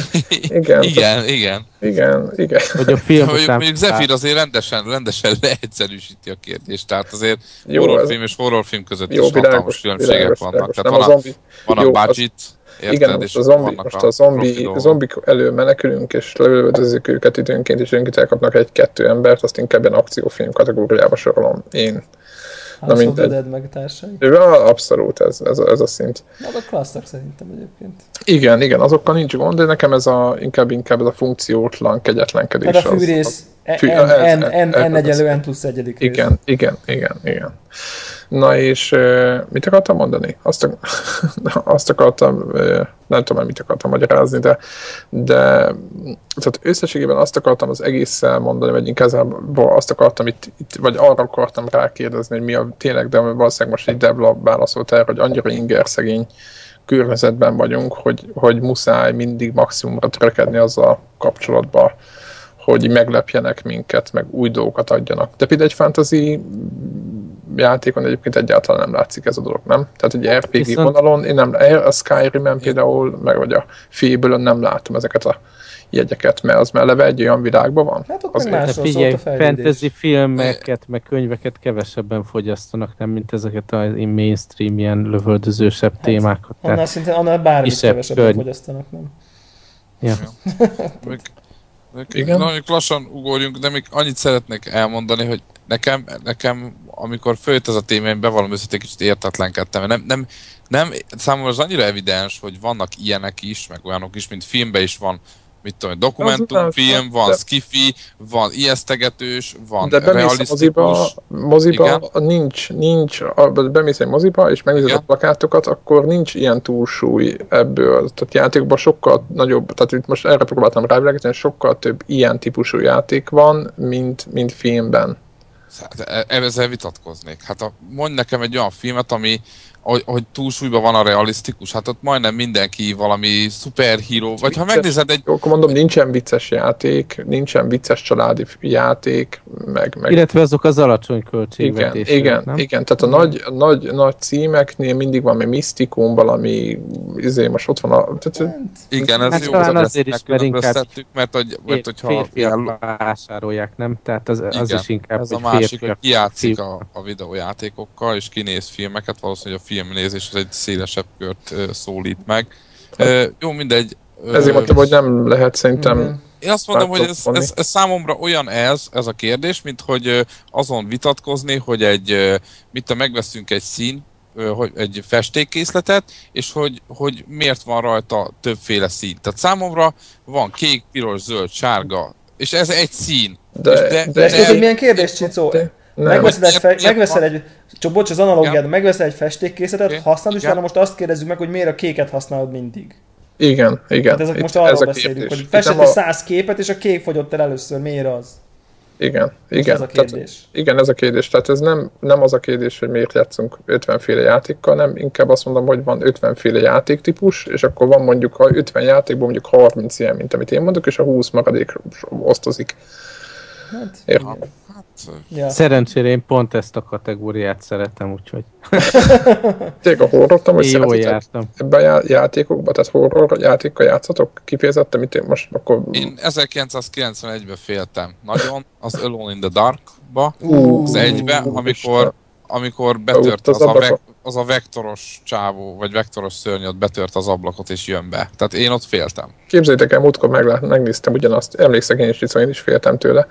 igen, igen, igen. Igen, igen. Hogy a film mondjuk, mondjuk Zephyr azért rendesen, rendesen leegyszerűsíti a kérdést, tehát azért jó, horrorfilm és horrorfilm között jó, is világos, hatalmas különbségek világos, vannak. Világos. Tehát nem van, a, zombi, van a jó, budget, az, érted, igen, és a zombi, vannak most a, a zombi, a zombik elől menekülünk, és lövöldözzük őket időnként, és önként elkapnak egy-kettő embert, azt inkább ilyen akciófilm kategóriába sorolom én. House of the Dead meg társai. Abszolút, ez, ez, ez a szint. Na, azok klasszak szerintem egyébként. Igen, igen, azokkal nincs gond, de nekem ez a, inkább, inkább ez a funkciótlan, kegyetlenkedés. Hát a fűrész N egyenlő N plusz egyedik rész. Igen, igen, igen, igen. Na és mit akartam mondani? Azt, azt akartam, nem tudom, mit akartam magyarázni, de, de tehát összességében azt akartam az egésszel mondani, vagy inkább azt akartam itt, itt, vagy arra akartam rákérdezni, hogy mi a tényleg, de valószínűleg most egy Devla válaszolt erre, hogy annyira ingerszegény környezetben vagyunk, hogy, hogy muszáj mindig maximumra törekedni azzal kapcsolatban, hogy meglepjenek minket, meg új dolgokat adjanak. De például egy fantasy játékon egyébként egyáltalán nem látszik ez a dolog, nem? Tehát egy er pé gé Viszont... vonalon, én nem, a Skyrim-en például, meg vagy a Fable-ön nem látom ezeket a jegyeket, mert az már eleve egy olyan világban van. Hát ott meg másról szólt a fejlődés. Fantasy filmeket, meg könyveket kevesebben fogyasztanak, nem mint ezeket a mainstream ilyen lövöldözősebb hát, témákat. Annál szintén, annál bármit kevesebben körny... fogyasztanak, nem? Ja. Igen? Na, mondjuk lassan ugorjunk, de még annyit szeretnék elmondani, hogy nekem, nekem amikor följött ez a téma, én bevallom őszintén kicsit értetlenkedtem, nem, nem, nem, számomra az annyira evidens, hogy vannak ilyenek is, meg olyanok is, mint filmben is van, mit tudom, dokumentumfilm, van de... skifi, van ijesztegetős, van de realisztikus. moziba, moziba nincs, nincs, bemész egy moziba, és megnézed a plakátokat, akkor nincs ilyen túlsúly ebből. Tehát játékban sokkal nagyobb, tehát itt most erre próbáltam rávilágítani, sokkal több ilyen típusú játék van, mint, mint filmben. Ezzel vitatkoznék. Hát a, mondj nekem egy olyan filmet, ami Hogy, hogy túlsúlyban van a realisztikus, hát ott majdnem mindenki valami szuperhíró, vagy vicces, ha megnézed egy... Akkor mondom, nincsen vicces játék, nincsen vicces családi játék, meg... meg... Illetve azok az alacsony költségvetések, igen, igen, nem? igen, tehát a nagy, nagy, nagy címeknél mindig valami misztikum, valami, izé, most ott van a... Tehát, igen, ez hát jó, talán azért is, mert inkább mert, hogy, mert hogyha... férfiak vásárolják, nem? Tehát az, az igen, is inkább, ez a másik, hogy kijátszik a, a videójátékokkal, és kinéz filmeket, valószínűleg a filmnézés az egy szélesebb kört uh, szólít meg. Uh, jó, mindegy. Uh, Ezért mondtam, hogy nem lehet szerintem... Mm-hmm. Én azt mondom, hogy ez, ez, ez számomra olyan ez, ez a kérdés, mint hogy uh, azon vitatkozni, hogy egy, uh, mit tudom, megveszünk egy szín, uh, hogy egy festékkészletet, és hogy, hogy miért van rajta többféle szín. Tehát számomra van kék, piros, zöld, sárga, és ez egy szín. De, de, de, de ez egy milyen kérdés, Csicó? Megveszed egy, fe, megveszel egy, csak bocs, az analógiád, megveszel egy festékkészletet, okay. használod, és utána most azt kérdezzük meg, hogy miért a kéket használod mindig. Igen, igen. Hát ezek most arról beszélünk, hogy festettünk száz képet, és a kék fogyott el először, miért az? Igen, igen. Ez a kérdés. Tehát, igen, ez a kérdés. Tehát ez nem, nem az a kérdés, hogy miért játszunk ötvenféle játékkal, nem, inkább azt mondom, hogy van ötvenféle játéktípus, és akkor van mondjuk a ötven játékból mondjuk harminc ilyen, mint amit én mondok, és a húsz maradék osztozik. Hát, Értem. Hát, ja. Szerencsére én pont ezt a kategóriát szeretem, úgyhogy Tényleg a horrort nem, hogy én jól szeretitek jártam. ebben a játékokban, tehát horror játékkal játszatok kifejezetten, mint én most akkor... én ezerkilencszázkilencvenegyben féltem nagyon az Alone in the Dark-ba, Ú, az egybe, amikor, amikor betört az az a, ablakot. vek, az a vektoros csávó, vagy vektoros szörnyet betört az ablakot és jön be. Tehát én ott féltem. Képzeljétek el, múltkor meglát, megnéztem ugyanazt, emlékszek én is, hogy én is féltem tőle,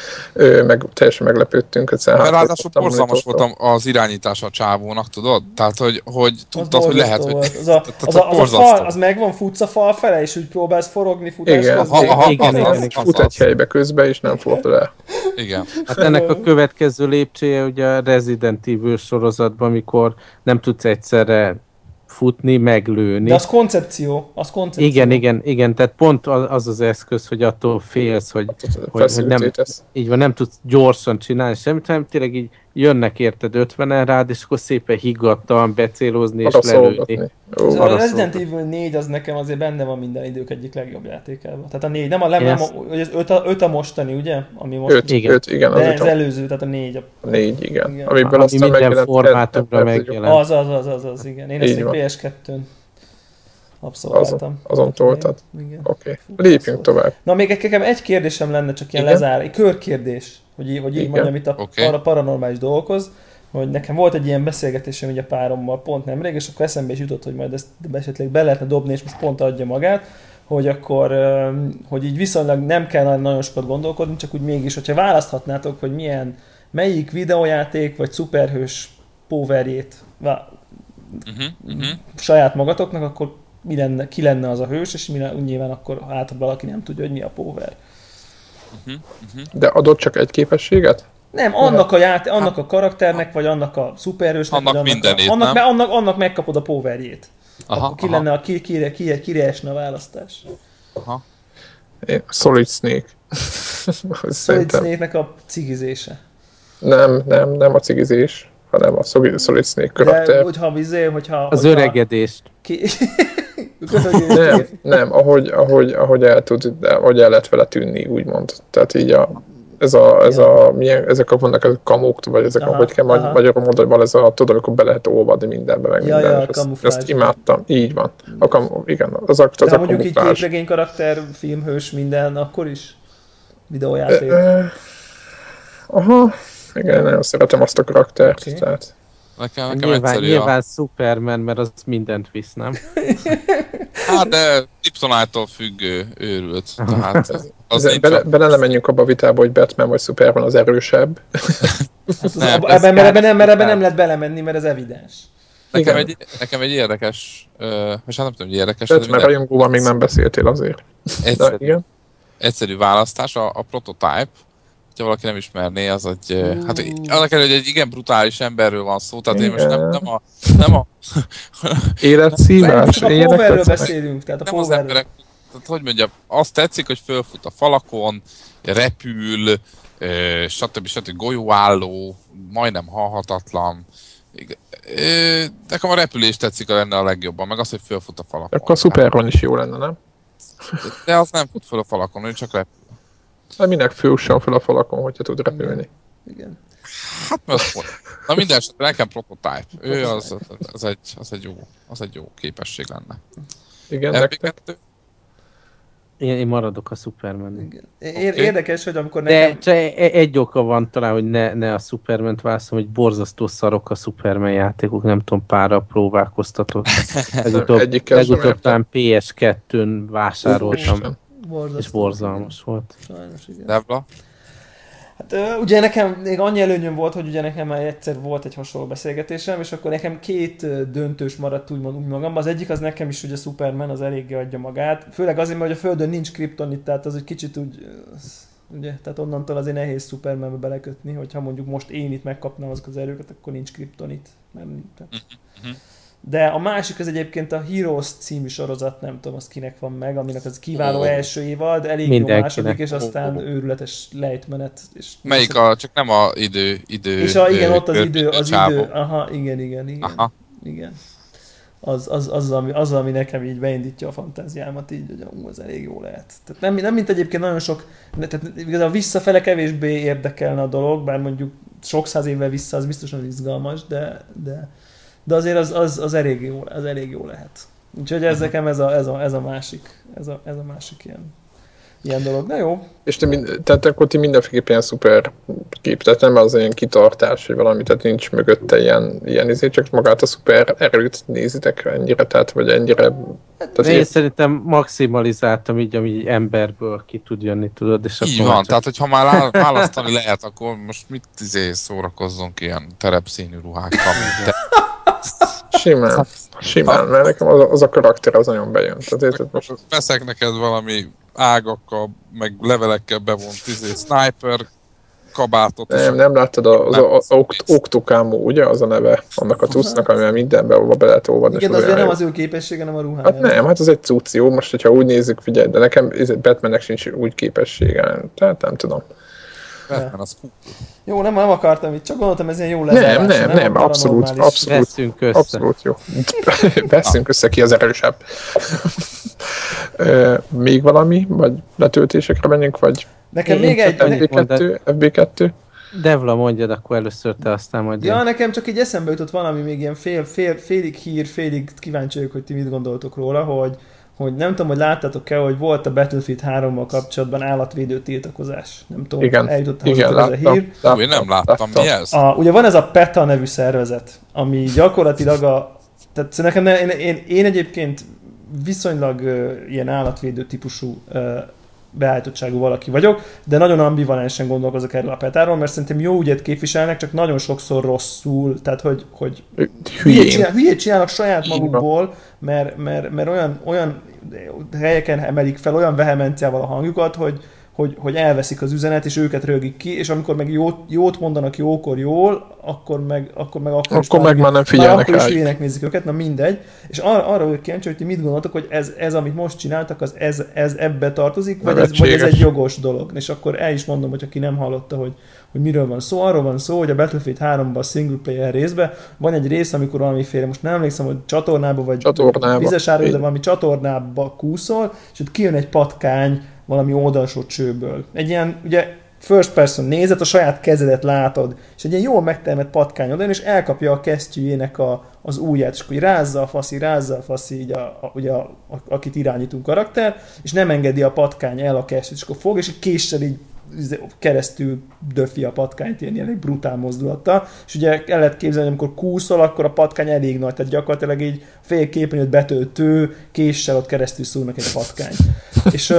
Ö, meg teljesen meglepődtünk, hogy Mert ráadásul borzalmas voltam az irányítása a csávónak, tudod? Tehát, hogy, hogy tudtad, hogy lehet, hogy... Az, a, az, a, az, a fal, az megvan, futsz a fal fele, és úgy próbálsz forogni futás igen, közben. igen, aha, igen, az, igen, az, fut az, egy helybe közben, és nem fordul el. Igen. Hát ennek a következő lépcsője ugye a Resident Evil sorozatban, amikor nem tudsz egyszerre futni, meglőni. De az koncepció, az koncepció. Igen, igen, igen, tehát pont az az eszköz, hogy attól félsz, hogy, hogy, hogy nem, így van, nem tudsz gyorsan csinálni semmit, hanem tényleg így jönnek érted ötvenen rád, és akkor szépen higgadtan becélozni és lelőni. Ó, a Resident Evil négy az nekem azért benne van minden idők egyik legjobb játékában. Tehát a négy, nem a, nem, nem a, az öt a, öt a mostani, ugye? Ami most öt, igen. öt, igen. De az, az előző, tehát a négy. A, a négy, igen. igen. Amiből ami minden formátumra megjelent. Az, az, az, az, az, igen. Én ezt egy pé es kettőn abszolváltam. Azon, azon toltad? Oké. Okay. Lépjünk tovább. Na még nekem egy kérdésem lenne, csak ilyen igen? lezár, egy körkérdés, hogy, hogy így igen. mondjam itt a okay. para, paranormális dolgokhoz, hogy nekem volt egy ilyen beszélgetésem ugye a párommal pont nemrég, és akkor eszembe is jutott, hogy majd ezt esetleg be lehetne dobni, és most pont adja magát, hogy akkor, hogy így viszonylag nem kell nagyon sokat gondolkodni, csak úgy mégis, hogyha választhatnátok, hogy milyen, melyik videójáték, vagy szuperhős powerjét uh-huh, uh-huh. saját magatoknak, akkor mi lenne, ki lenne az a hős, és mi, nyilván akkor hát valaki nem tudja, hogy mi a power. Uh-huh, uh-huh. De adott csak egy képességet? Nem, annak a, játé- annak a karakternek, vagy annak a szuperhősnek, annak vagy annak, mindenét, a, annak, nem? annak, annak megkapod a powerjét. Aha, akkor ki aha. lenne, a, ki, kire, kire, kire esne a választás? Aha. Solid Snake. Solid Snake-nek a cigizése. Nem, nem, nem a cigizés, hanem a Solid Snake karakter. De hogyha vizé, hogyha... Az hogyha öregedést. Ki... nem, nem, ahogy, ahogy, ahogy el tud, ahogy el lehet vele tűnni, úgymond. Tehát így a, ez a, ez ja. a milyen, ezek a vannak a kamók, vagy ezek, aha, hogy kell aha. magyarul mondani, van ez a, tudod, amikor be lehet olvadni mindenbe, meg ja, minden. Ja, ezt, ezt imádtam, így van. A kam, igen, az a, az de a mondjuk így képregény karakter, filmhős, minden, akkor is? Videójáték? Aha, igen, nagyon szeretem azt a karaktert, okay. Tehát... Nekem, nekem nyilván, nyilván a... Superman, mert az mindent visz, nem? Hát de Kryptonától függő őrült. Tehát az, az ez, bele, bele nem menjünk abba a vitába, hogy Batman vagy Superman az erősebb. Hát az nem, ab, ebben, mert ebben nem, mert ebben nem lehet belemenni, mert ez evidens. Nekem egy, nekem egy érdekes, uh, és hát nem tudom, hogy érdekes. Batman rajongóval még nem beszéltél azért. Egyszerű, de, igen. egyszerű választás, a, a prototype. Ha valaki nem ismerné, az egy, uh. hát annak elő, hogy egy igen brutális emberről van szó, tehát igen. Én most nem, nem a... Nem a életszívás, a powerről beszélünk, tehát a nem az emberek, tehát hogy mondjam, azt tetszik, hogy fölfut a falakon, repül, stb. stb. Golyóálló, majdnem halhatatlan. Nekem a repülés tetszik lenne a legjobban, meg az, hogy fölfut a falakon. Akkor a Superman is jó lenne, nem? De az nem fut föl a falakon, ő csak repül. De minek főusson fel a falakon, hogyha tud repülni? Igen. Hát most mondom. Na minden esetben nekem prototype. Ő az, az, az, egy, az, egy jó, az egy jó képesség lenne. Igen, nektek? Én, én maradok a Superman. Igen. É- okay. Érdekes, hogy amikor nekem... De csak egy oka van talán, hogy ne, ne a Superman-t választom, hogy borzasztó szarok a Superman játékok, nem tudom, párra próbálkoztatok. Legutóbb, legutóbb talán pé es kettőn vásároltam. Borzasztó. És borzalmas volt. Sajnos, igen. Debla? Hát ugye nekem még annyi előnyöm volt, hogy ugye nekem már egyszer volt egy hasonló beszélgetésem, és akkor nekem két döntős maradt úgymond úgy magamban. Az egyik az nekem is ugye Superman, az eléggé adja magát. Főleg azért, mert a Földön nincs kriptonit, tehát az egy kicsit úgy, ugye, tehát onnantól azért nehéz Supermanbe belekötni, hogyha mondjuk most én itt megkapnám azokat az erőket, akkor nincs kriptonit. Nem, tehát... De a másik az egyébként a Heroes című sorozat, nem tudom, az kinek van meg, aminek az kiváló oh. első évad, elég jó második, és aztán oh, oh. őrületes lejtmenet. És melyik a, csak nem a idő, idő... És a, igen, ott az idő, az idő, aha, igen, igen, igen. Aha. Igen. Az, az, az, ami, az, ami nekem így beindítja a fantáziámat, így, hogy ú, az elég jó lehet. Tehát nem, nem mint egyébként nagyon sok, tehát igazából visszafele kevésbé érdekelne a dolog, bár mondjuk sok száz évvel vissza, az biztosan izgalmas, de, de, de azért az, az, az, elég jó, az elég jó lehet. Úgyhogy ez nekem ez a, ez a, ez a másik, ez a, ez a másik ilyen, ilyen dolog. Na jó. És te mind, tehát akkor ti mindenféleképpen ilyen szuper kép, tehát nem az ilyen kitartás, vagy valami, tehát nincs mögötte ilyen, ilyen izé, csak magát a szuper erőt nézitek ennyire, tehát vagy ennyire... Tehát én ilyen... szerintem maximalizáltam így, ami emberből ki tud jönni, tudod, és így van, csak... tehát hogyha már választani lehet, akkor most mit izé szórakozzunk ilyen terepszínű ruhákkal, mint te. Simán, simán, mert nekem az a, az a karakter az nagyon bejön. Tehát érted most... Veszek neked valami ágakkal, meg levelekkel bevont izé, sniper kabátot. Nem, nem láttad az a, a, a Octokámó, ugye? Az a neve annak a cuccnak, amivel mindenbe be lehet olvadni. Igen, azért nem az ő képessége, nem a ruhája. Hát nem, hát az egy cucc, jó, most hogyha úgy nézzük, figyelj, de nekem Batmannek sincs úgy képessége, tehát nem tudom. Batman az cool. Jó, nem, nem akartam itt, csak gondoltam, ez ilyen jó lezárás. Nem, nem, nem, nem abszolút, abszolút. Veszünk össze. Abszolút jó. Veszünk össze, ki az erősebb. Még valami? Vagy letöltésekre menjünk, vagy... Nekem még egy... ef bé kettő, ef bé kettő. Devla, mondjad akkor először te, aztán majd... Ja, én. nekem csak így eszembe jutott valami, még ilyen fél, fél, félig hír, félig kíváncsi vagyok, hogy ti mit gondoltok róla, hogy, hogy nem tudom, hogy láttátok-e, hogy volt a Battlefield hárommal kapcsolatban állatvédő tiltakozás. Nem tudom, igen, eljutott igen, ez a hír. Láttam, én nem láttam, láttam. Mi ez? A, ugye van ez a PETA nevű szervezet, ami gyakorlatilag a... Tehát nekem ne, én, én, én egyébként viszonylag uh, ilyen állatvédő típusú uh, beállítottságú valaki vagyok, de nagyon ambivalensen gondolkozok erről a petáról, mert szerintem jó ügyet képviselnek, csak nagyon sokszor rosszul, tehát hogy, hogy hülyét, csinál, hülyét csinálnak saját magukból, mert, mert, mert olyan, olyan helyeken emelik fel olyan vehemenciával a hangjukat, hogy, hogy, hogy elveszik az üzenet, és őket rögik ki, és amikor meg jót, jót mondanak jókor jól, akkor meg akkor meg, akkor akkor meg már nem figyelnek rá. Akkor is hülyének nézik őket, na mindegy. És arra, arra vagyok kíváncsi, hogy ti mit gondoltok, hogy ez, ez amit most csináltak, az ez, ez ebbe tartozik, vagy ez, vagy ez egy jogos dolog. És akkor el is mondom, hogy aki nem hallotta, hogy, hogy miről van szó. Arról van szó, hogy a Battlefield háromban a single player részben van egy rész, amikor valamiféle, most nem emlékszem, hogy csatornába, vagy csatornába. Vizes áró, de valami csatornába kúszol, és ott kijön egy patkány valami oldalsó csőből. Egy ilyen, ugye, first person nézet, a saját kezedet látod, és egy ilyen jól megtermett patkány oda, és elkapja a kesztyűjének a, az ujját, és akkor így rázza a faszi, rázza a faszi, így a, a, ugye a, a, akit irányítunk karakter, és nem engedi a patkány el a kesztyűt, és akkor fog, és egy késsel így keresztül döfi a patkányt ilyen, ilyen egy brutál mozdulattal, és ugye el lehet képzelni, hogy amikor kúszol, akkor a patkány elég nagy, tehát gyakorlatilag így fél képernyőt betöltő késsel ott keresztül szúrnak egy patkány. és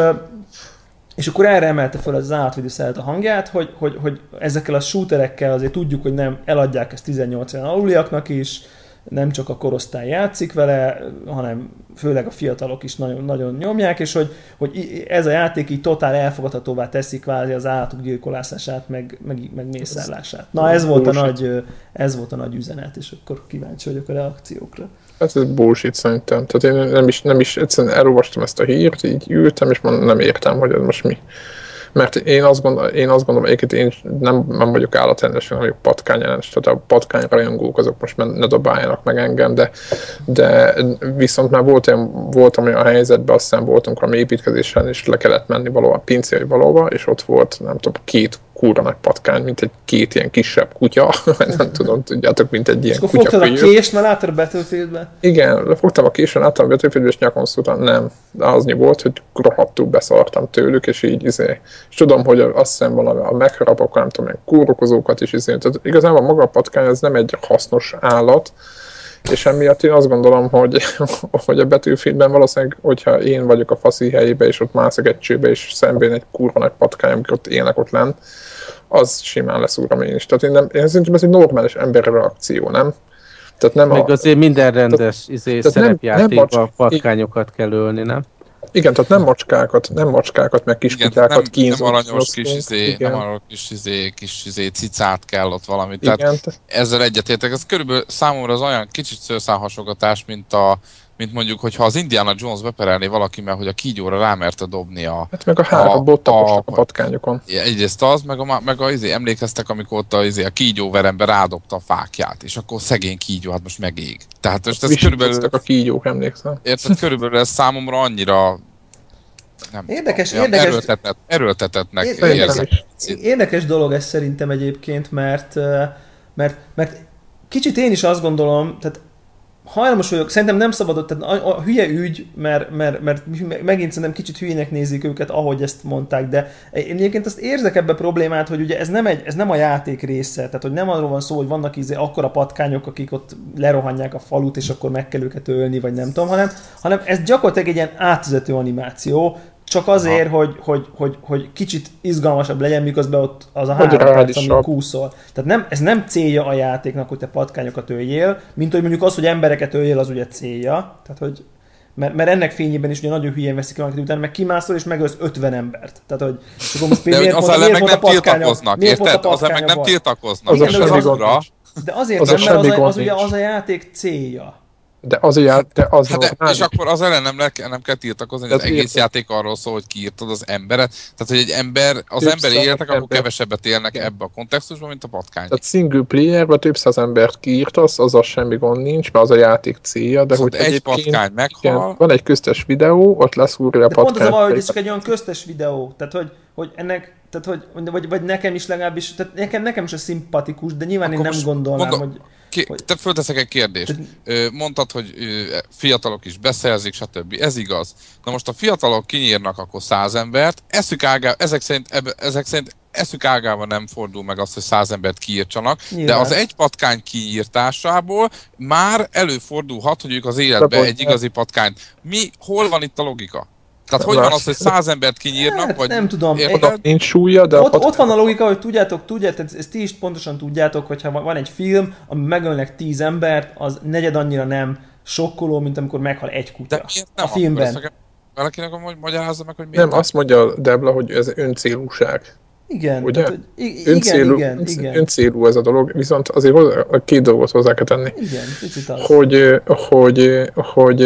És akkor erre emelte fel az állatvédő szeret a hangját, hogy, hogy, hogy ezekkel a shooterekkel azért tudjuk, hogy nem eladják ezt tizennyolc éven aluliaknak is, nem csak a korosztály játszik vele, hanem főleg a fiatalok is nagyon, nagyon nyomják, és hogy, hogy ez a játék így totál elfogadhatóvá teszi kvázi az állatok gyilkolását, meg, meg, meg mészárlását. Na ez volt, a nagy, ez volt a nagy üzenet, és akkor kíváncsi vagyok a reakciókra. Hát ez bullshit szerintem. Tehát én nem is, nem is egyszerűen elolvastam ezt a hírt, így ültem, és nem értem, hogy ez most mi. Mert én azt gondolom, én azt gondolom, egyébként én nem, nem vagyok állatennes, hanem vagyok patkányellenes, tehát a patkányrajongók azok most ne dobáljanak meg engem, de, de viszont már volt olyan, voltam olyan helyzetben, aztán voltunk valami építkezésen, és le kellett menni valahol a pincébe valahova, és ott volt, nem tudom, két kurva nagy patkány, mint egy két ilyen kisebb kutya, nem tudom, tudjátok, mint egy ilyen kutya. És akkor fogtad a kést, mert láttad a Battlefieldben? Igen, lefogtam a kést, láttam a Battlefieldben, és nyakon szúrtam, nem. De aznyi volt, hogy rohadtul beszartam tőlük, és így izé. És tudom, hogy azt hiszem valami a megharapok, nem tudom, ilyen kórokozókat is izé. Tehát igazából maga a patkány, ez nem egy hasznos állat, és emiatt én azt gondolom, hogy, hogy a Battlefieldben valószínűleg, hogyha én vagyok a faszi helyébe, és ott mászok egy csőbe, és szemben egy kurva nagy patkány, amikor ott élnek ott lenn, az simán leszúrom én is. Tehát én, nem, én szerintem ez egy normális emberi reakció, nem? Tehát nem Még a, azért minden rendes izé, szerepjátékban patkányokat kell ölni, nem? Igen, tehát nem macskákat, nem macskákat, meg kiskutyákat kínzunk. Nem aranyos kis, izé, nem aranyos kis, izé, kis izé, cicát kell ott valamit. Igen. Tehát ezzel egyetértek. Ez körülbelül számomra az olyan kicsit szőrszálhasogatás, mint a mint mondjuk, hogyha az Indiana Jones beperelné valaki, mert hogy a kígyóra rámerte dobni a... Hát meg a három bottaposnak a, a patkányokon. Egyrészt az, meg a, meg a izé, emlékeztek, amikor ott a, izé, a kígyóverembe rádobta a fákját, és akkor szegény kígyó, hát most megég. Tehát most ez körülbelül... a kígyók, emlékszem. Érted, körülbelül ez számomra annyira... Nem érdekes, tudom, érdekes, erőltetett, erőltetettnek érzem. Érdekes dolog ez szerintem egyébként, mert, mert, mert kicsit én is azt gondolom, tehát hajlamos vagyok, szerintem nem szabadott, tehát a, a hülye ügy, mert, mert, mert megint szerintem kicsit hülyének nézik őket, ahogy ezt mondták, de én egyébként azt érzek ebbe problémát, hogy ugye ez nem, egy, ez nem a játék része, tehát hogy nem arról van szó, hogy vannak ízé akkora patkányok, akik ott lerohanják a falut, és akkor meg kell őket ölni, vagy nem tudom, hanem, hanem ez gyakorlatilag egy ilyen átvezető animáció, csak azért, hogy, hogy, hogy, hogy kicsit izgalmasabb legyen, miközben ott az a három perc, ami kúszol. Tehát nem, ez nem célja a játéknak, hogy te patkányokat öljél, mint hogy mondjuk az, hogy embereket öljél, az ugye célja. Tehát, hogy, mert, mert ennek fényében is ugye nagyon hülyén veszik el, hogy utána meg kimászol és megölsz ötven embert. Tehát, hogy akkor most de miért, az ellen meg nem tiltakoznak, érted? Az ellen meg nem tiltakoznak. Az a de azért nem, mert az, az ugye az a játék célja. De az a ját, de az hát de, és akkor az ellen nem, le, nem kell tiltakozni, hogy az egész értem. Játék arról szól, hogy kiírtad az emberet. Tehát, hogy egy ember, az több emberi életek, ember. Akkor kevesebbet élnek ja. ebbe a kontextusban, mint a patkány. Tehát single playerben több száz embert kiírtasz, azzal semmi gond nincs, mert az a játék célja, de szóval hogy egy patkány meghal. Igen, van egy köztes videó, ott leszúrja a patkány. De pont az a baj, hogy ez csak egy olyan köztes videó. Tehát, hogy, hogy ennek, tehát, hogy, vagy, vagy nekem is legalábbis, tehát nekem, nekem is a szimpatikus, de nyilván akkor én nem gondolnám, mondom, hogy... Ki, te fölteszek egy kérdést. Mondtad, hogy fiatalok is beszerzik, stb. Ez igaz. Na most a fiatalok kinyírnak akkor száz embert, eszük ágá, ezek szerint, ebbe, ezek szerint eszük ágában nem fordul meg az, hogy száz embert kiírtsanak, nyilván. De az egy patkány kiírtásából már előfordulhat, hogy ők az életbe egy igazi patkányt. Mi, hol van itt a logika? Tehát hogy van az, hogy száz embert kinyírnak, hát, vagy... nem tudom. Érted? Nincs súlya, de... Ott, ott van a logika, hogy tudjátok, tudjátok, ezt ti is pontosan tudjátok, hogyha van egy film, ami megölnek tíz embert, az negyed annyira nem sokkoló, mint amikor meghal egy kutya. De miért nem? A filmben. Valakinek magyarázza meg, hogy miért nem? Nem, azt mondja Debla, hogy ez öncélúság. Igen, ugye? Tehát, igen, öncélú, igen, igen. Öncélú ez a dolog, viszont azért hozzá, két dolgot hozzá kell tenni. Igen, picit az. Hogy, hogy, hogy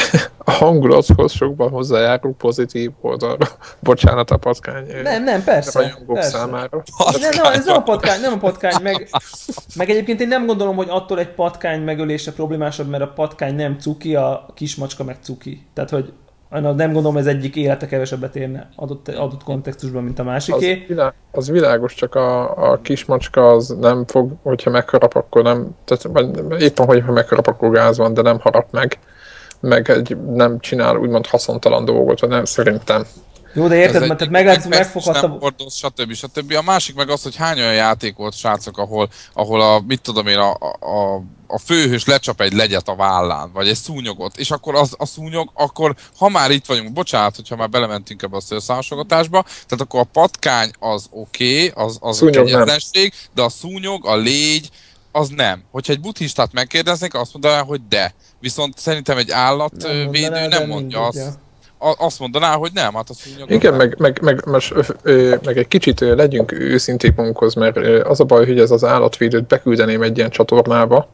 a hangulathoz sokban hozzájárul pozitív oldalra. Bocsánat a patkány. Nem, nem, persze. persze. Számára. Nem, nem, ez nem a patkány, nem a patkány, meg, meg egyébként én nem gondolom, hogy attól egy patkány megölése problémásabb, mert a patkány nem cuki, a kismacska meg cuki. Tehát, hogy nem gondolom, ez egyik élete kevesebbet érne adott, adott kontextusban, mint a másiké. Az, világ, az világos, csak a, a kismacska az nem fog, hogyha megharap, akkor nem, tehát éppen, hogyha megharap, akkor gáz van, de nem harap meg, meg egy, nem csinál úgymond haszontalan dolgot, vagy nem, szerintem. Jó, de érted, mert meglátsz, megfoghatta... Nem hordoz, stb. stb. A másik meg az, hogy hány olyan játék volt, srácok, ahol, ahol a, mit tudom én, a, a, a főhős lecsap egy legyet a vállán, vagy egy szúnyogot, és akkor az, a szúnyog, akkor ha már itt vagyunk, bocsánat, hogyha már belementünk ebbe a szőrszámosogatásba, tehát akkor a patkány az oké, okay, az, az kegyetlenség, de a szúnyog, a légy, az nem. Hogyha egy buddhistát megkérdeznék, azt mondaná, hogy de. Viszont szerintem egy állatvédő nem, nem mondja azt. Ja. Azt mondaná, hogy nem, hát a szúnyog... Igen, meg, meg, meg, most, ö, meg egy kicsit ö, legyünk őszinték magunkhoz, mert ö, az a baj, hogy ez az állatvédőt beküldeném egy ilyen csatornába,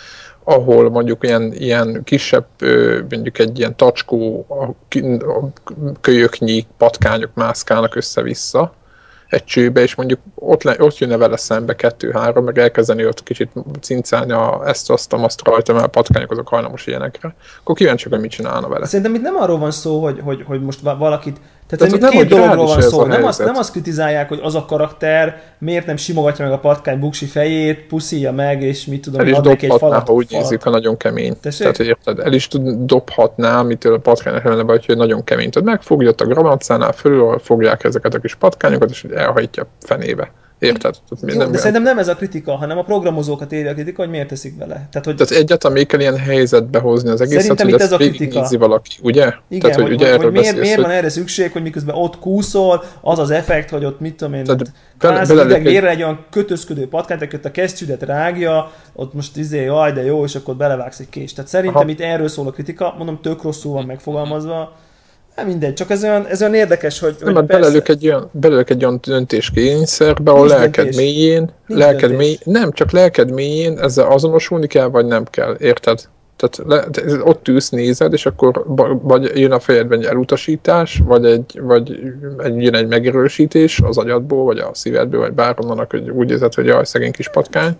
ahol mondjuk ilyen, ilyen kisebb, ö, mondjuk egy ilyen tacskó, a, a kölyöknyi patkányok mászkálnak össze-vissza egy csőbe, és mondjuk ott, le, ott jönne vele szembe kettő-három, meg elkezdeni ott kicsit cincálni a, ezt, azt, azt rajta, mert a patkányok azok hajlamos ilyenekre. Akkor kíváncsiak, hogy mit csinálna vele. Szerintem itt nem arról van szó, hogy, hogy, hogy most valakit... Tehát, tehát nem, két dologról van szó. Nem azt, nem azt kritizálják, hogy az a karakter miért nem simogatja meg a patkány buksi fejét, puszíja meg, és mit tudom, el is dobhatná, ha úgy nézik, ha nagyon kemény. Tessék? Tehát, hogy érted, el is tud, dobhatná, amitől a patkánynak lenne baj, hogy nagyon kemény. Tehát megfogja a gramancánál fölül, fogják ezeket a kis patkányokat, és elhajtja fenébe. Érted? Jó, de szerintem nem ez a kritika, hanem a programozókat éri a kritika, hogy miért teszik vele. Tehát, hogy... Tehát egyáltalán még kell ilyen helyzetbe hozni az egészet, szerintem hogy ezt végignézi valaki, ugye? Igen, Tehát, hogy, hogy, ugye hogy, hogy miért, miért hogy... van erre szükség, hogy miközben ott kúszol, az az effekt, hogy ott mit tudom én, kvázi ideg vérre egy olyan kötözködő patkányt, aki a kesztyűdet rágja, ott most izé, jaj, de jó, és akkor belevágsz egy kést. Tehát szerintem Aha. itt erről szól a kritika, mondom, tök rosszul van megfogalmazva. Hát mindegy, csak ez olyan, ez olyan érdekes, hogy... Nem, hogy belőlük egy olyan, belőlük egy olyan döntéskényszerbe, ahol Nincs lelked döntés. mélyén, Nincs lelked döntés. mély, nem, csak lelked mélyén ezzel azonosulni kell, vagy nem kell, érted? Tehát le, te- ott ülsz, nézed, és akkor ba- vagy jön a fejedben egy elutasítás, vagy, egy, vagy egy, jön egy megerősítés az agyadból, vagy a szívedből, vagy bárhonnan, hogy úgy érzed, hogy jaj, szegény kis patkány.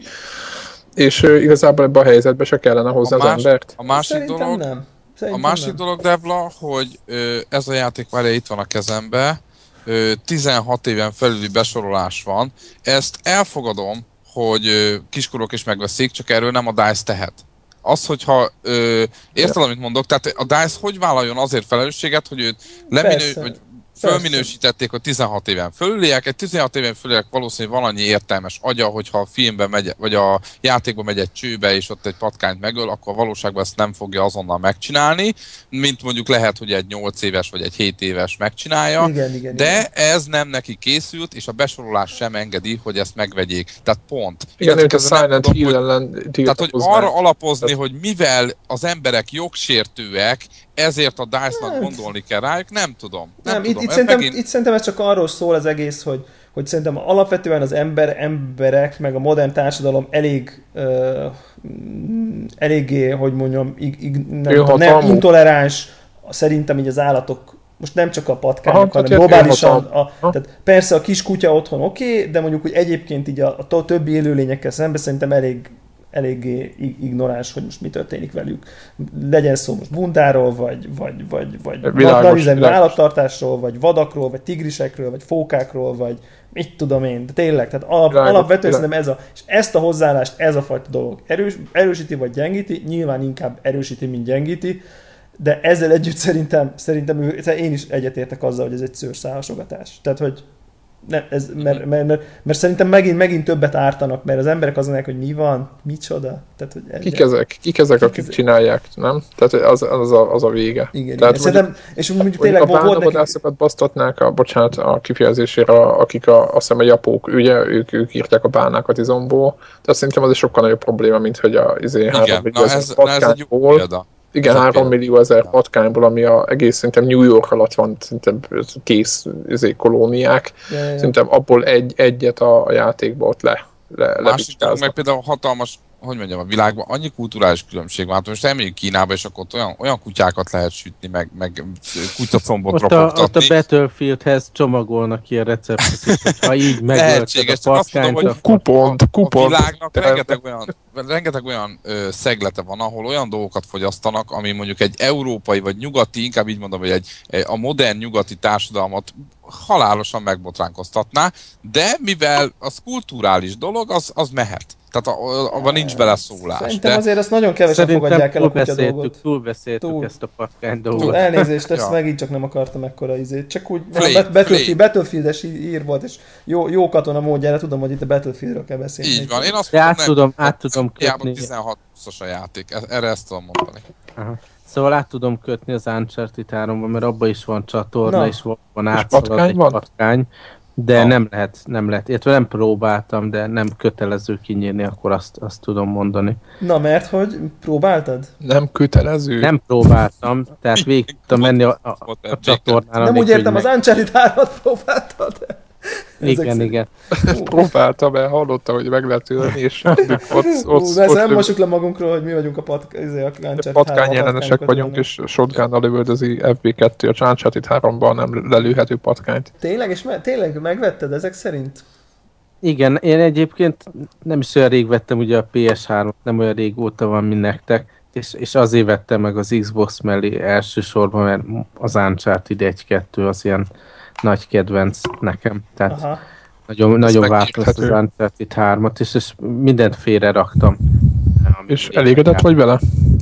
És uh, igazából ebben a helyzetben se kellene hozzá A, az más, embert. a másik Szerintem dolog, nem. a Szerintem másik nem. dolog, Devla, hogy ö, ez a játék várja, itt van a kezembe, ö, tizenhat éven felüli besorolás van. Ezt elfogadom, hogy ö, kiskorok is megveszik, csak erről nem a DICE tehet. Az, hogyha ö, érted, amit mondok, tehát a DICE hogy vállaljon azért felelősséget, hogy őt leminő, Persze. vagy fölminősítették, hogy tizenhat éven fölüliek, egy tizenhat éven fölüliek valószínűleg valannyi értelmes agya, hogyha a filmben megy, vagy a játékban megy egy csőbe, és ott egy patkányt megöl, akkor a valóságban ezt nem fogja azonnal megcsinálni, mint mondjuk lehet, hogy egy nyolc éves vagy egy hét éves megcsinálja, Igen, igen, de igen. ez nem neki készült, és a besorolás sem engedi, hogy ezt megvegyék. Tehát pont. Igen, mint a Igaz, nem Silent tudom, Hill hogy- ellen Tehát, hogy tiltakoznák. arra alapozni, Tehát- hogy mivel az emberek jogsértőek, ezért a DICE-nak Hát. gondolni kell rájuk, nem tudom. Nem, Nem, tudom. itt, itt, Ez szerintem, megint- itt szerintem ez csak arról szól az egész, hogy, hogy szerintem alapvetően az ember, emberek, meg a modern társadalom elég uh, eléggé, hogy mondjam, ig, ig, nem, tudom, nem Önhatalmú. intoleráns szerintem így az állatok, most nem csak a patkányok, Aha, hanem tehát globálisan. önhatalmú. A, tehát persze a kis kutya otthon oké, okay, de mondjuk úgy egyébként így a, a többi élőlényekkel szemben szerintem elég eléggé ignoráns, hogy most mi történik velük. Legyen szó most bundáról, vagy, vagy, vagy, vagy Világos, nagyüzemű világos. állattartásról, vagy vadakról, vagy tigrisekről, vagy fókákról, vagy mit tudom én, de tényleg, tehát alap, Világos, alapvetően világos. szerintem ez a, és ezt a hozzáállást, ez a fajta dolog erős, erősíti, vagy gyengíti, nyilván inkább erősíti, mint gyengíti, de ezzel együtt szerintem, szerintem ő, én is egyetértek azzal, hogy ez egy szőrszálhasogatás. Tehát, hogy nem, ez, mert, mert, mert, mert, szerintem megint, megint többet ártanak, mert az emberek azt mondják, hogy mi van, micsoda. Tehát, hogy Kik ezek? Kik ezek, Kik akik ezek? csinálják, nem? Tehát az, az, a, az a vége. Igen, Tehát igen. Szerintem, és mondjuk Mondjuk tényleg a volt neki... bánavadászokat basztatnák, a, bocsánat, a kifejezésére, akik a, azt hiszem a japók, ugye, ők, ők írták a bánákat izomból, de szerintem az egy sokkal nagyobb probléma, mint hogy a izé, három Igen, millió na ezer ez, na ez egy jó patkányból, példa. igen, ez a három példa. millió ezer Ja. patkányból, ami a egész szerintem New York alatt van, szerintem kész izé, kolóniák, Ja, ja, ja. szerintem abból egy, egyet a, a játékba ott le, le Másik dolog, meg lebicskáznak. például hatalmas, hogy mondjam, a világban annyi kulturális különbség van. Hát most elmegyünk Kínába, és akkor ott olyan, olyan kutyákat lehet sütni, meg, meg kutyacombot Ott a, ott a ropogtatni. Battlefieldhez csomagolnak ilyen receptet is, hogy ha így megölted Lehetséges, a csak azt mondom, patkányt, hogy akkor... Kupont, a kupont. világnak rengeteg olyan, rengeteg olyan ö, szeglete van, ahol olyan dolgokat fogyasztanak, ami mondjuk egy európai vagy nyugati, inkább így mondom, hogy egy, a modern nyugati társadalmat halálosan megbotránkoztatná, de mivel az kulturális dolog, az, az mehet. Tehát a- abban nincs beleszólás. Szerintem De azért azt nagyon kevesen fogadják Szerintem el a kutya túlbeszéltük, dolgot. túlbeszéltük Túl. ezt a patkány Túl, dolgot. elnézést, ezt Ja. megint csak nem akartam ekkora izét. Csak úgy, Flame, a Battlefield, Flame. Battlefield-es ír volt, és jó, jó katona módjára tudom, hogy itt a Battlefieldről kell beszélni. így van. Én azt De át nem- tudom, át tudom hiába kötni. tizenhat húszas a játék. E- Erre ezt tudom mondani. Aha. Szóval át tudom kötni az Uncharted háromban, mert abban is van csatorna, Na. és van átszalad patkány egy van? patkány, de Na. nem lehet, nem lehet. Illetve nem próbáltam, de nem kötelező kinyírni, akkor azt, azt tudom mondani. Na, mert hogy próbáltad? Nem kötelező. Nem próbáltam, tehát végig tudtam menni a, a, a csatornán. Nem anélkül, úgy értem, hogy az Uncharted hármat próbáltad? meg... Igen, igen. Próbáltam, mert hallotta, hogy meg lehet ülni, és ott, ott, Ú, ott, de ezt nem ott mossuk le magunkról, hogy mi vagyunk a, pat, izé, a Uncharted patkány három ellenesek patkányokat vagyunk, vannak. és shotgunnal lövöldözi ef bé kettő a Uncharted háromban nem lelőhető patkányt. Tényleg? És me- tényleg megvetted ezek szerint? Igen, én egyébként nem is olyan rég vettem ugye a pé es hármat, nem olyan régóta van, mint nektek, és, és azért vettem meg az Xbox mellé elsősorban, mert az Uncharted egy kettő az ilyen nagy kedvenc nekem. Tehát Aha. nagyon, nagyon vártam ezt az megérthető. Uncharted hármat, és, és mindent félre raktam. És elégedett vagy vele?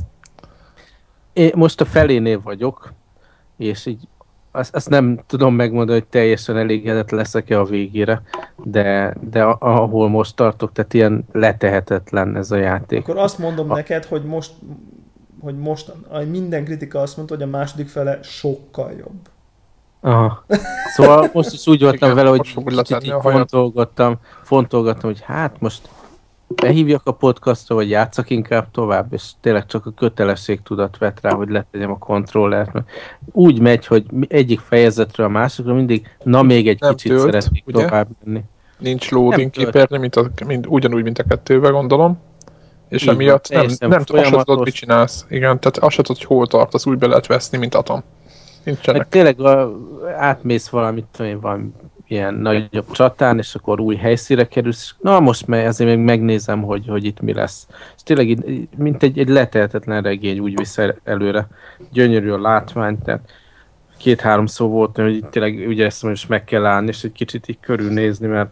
Én most a felénél vagyok, és így azt, azt nem tudom megmondani, hogy teljesen elégedett leszek-e a végére, de, de a- ahol most tartok, tehát ilyen letehetetlen ez a játék. Akkor azt mondom A- neked, hogy most, hogy most minden kritika azt mondta, hogy a második fele sokkal jobb. Aha. Szóval most is úgy voltam Igen, vele, hogy most fog kicsit letenni így a hajat. fontolgattam, fontolgattam, hogy hát most behívjak a podcastra, vagy játszak inkább tovább, és tényleg csak a kötelességtudat vett rá, hogy letegyem a kontrollert. Úgy megy, hogy egyik fejezetről a másikra mindig, na még egy nem kicsit tölt, szeretnék ugye? tovább menni. Nincs loading képernyő, mint, a, mint ugyanúgy, mint a kettőben gondolom. És Így emiatt van, nem, nem azt se tudod, folyamatos. mit csinálsz. Igen, tehát azt se tudod, hogy hol tartasz, úgy be lehet veszni, mint Atom. Nincsenek. Meg tényleg a, átmész valamit, tudom én, van ilyen nagyobb csatán, és akkor új helyszínre kerülsz. Na most meg azért még megnézem, hogy, hogy itt mi lesz. És tényleg így, mint egy, egy leteltetlen regény úgy visz előre. Gyönyörű a látvány, tehát két-három szó volt, hogy itt tényleg ugye ezt most meg kell állni, és egy kicsit így körülnézni, mert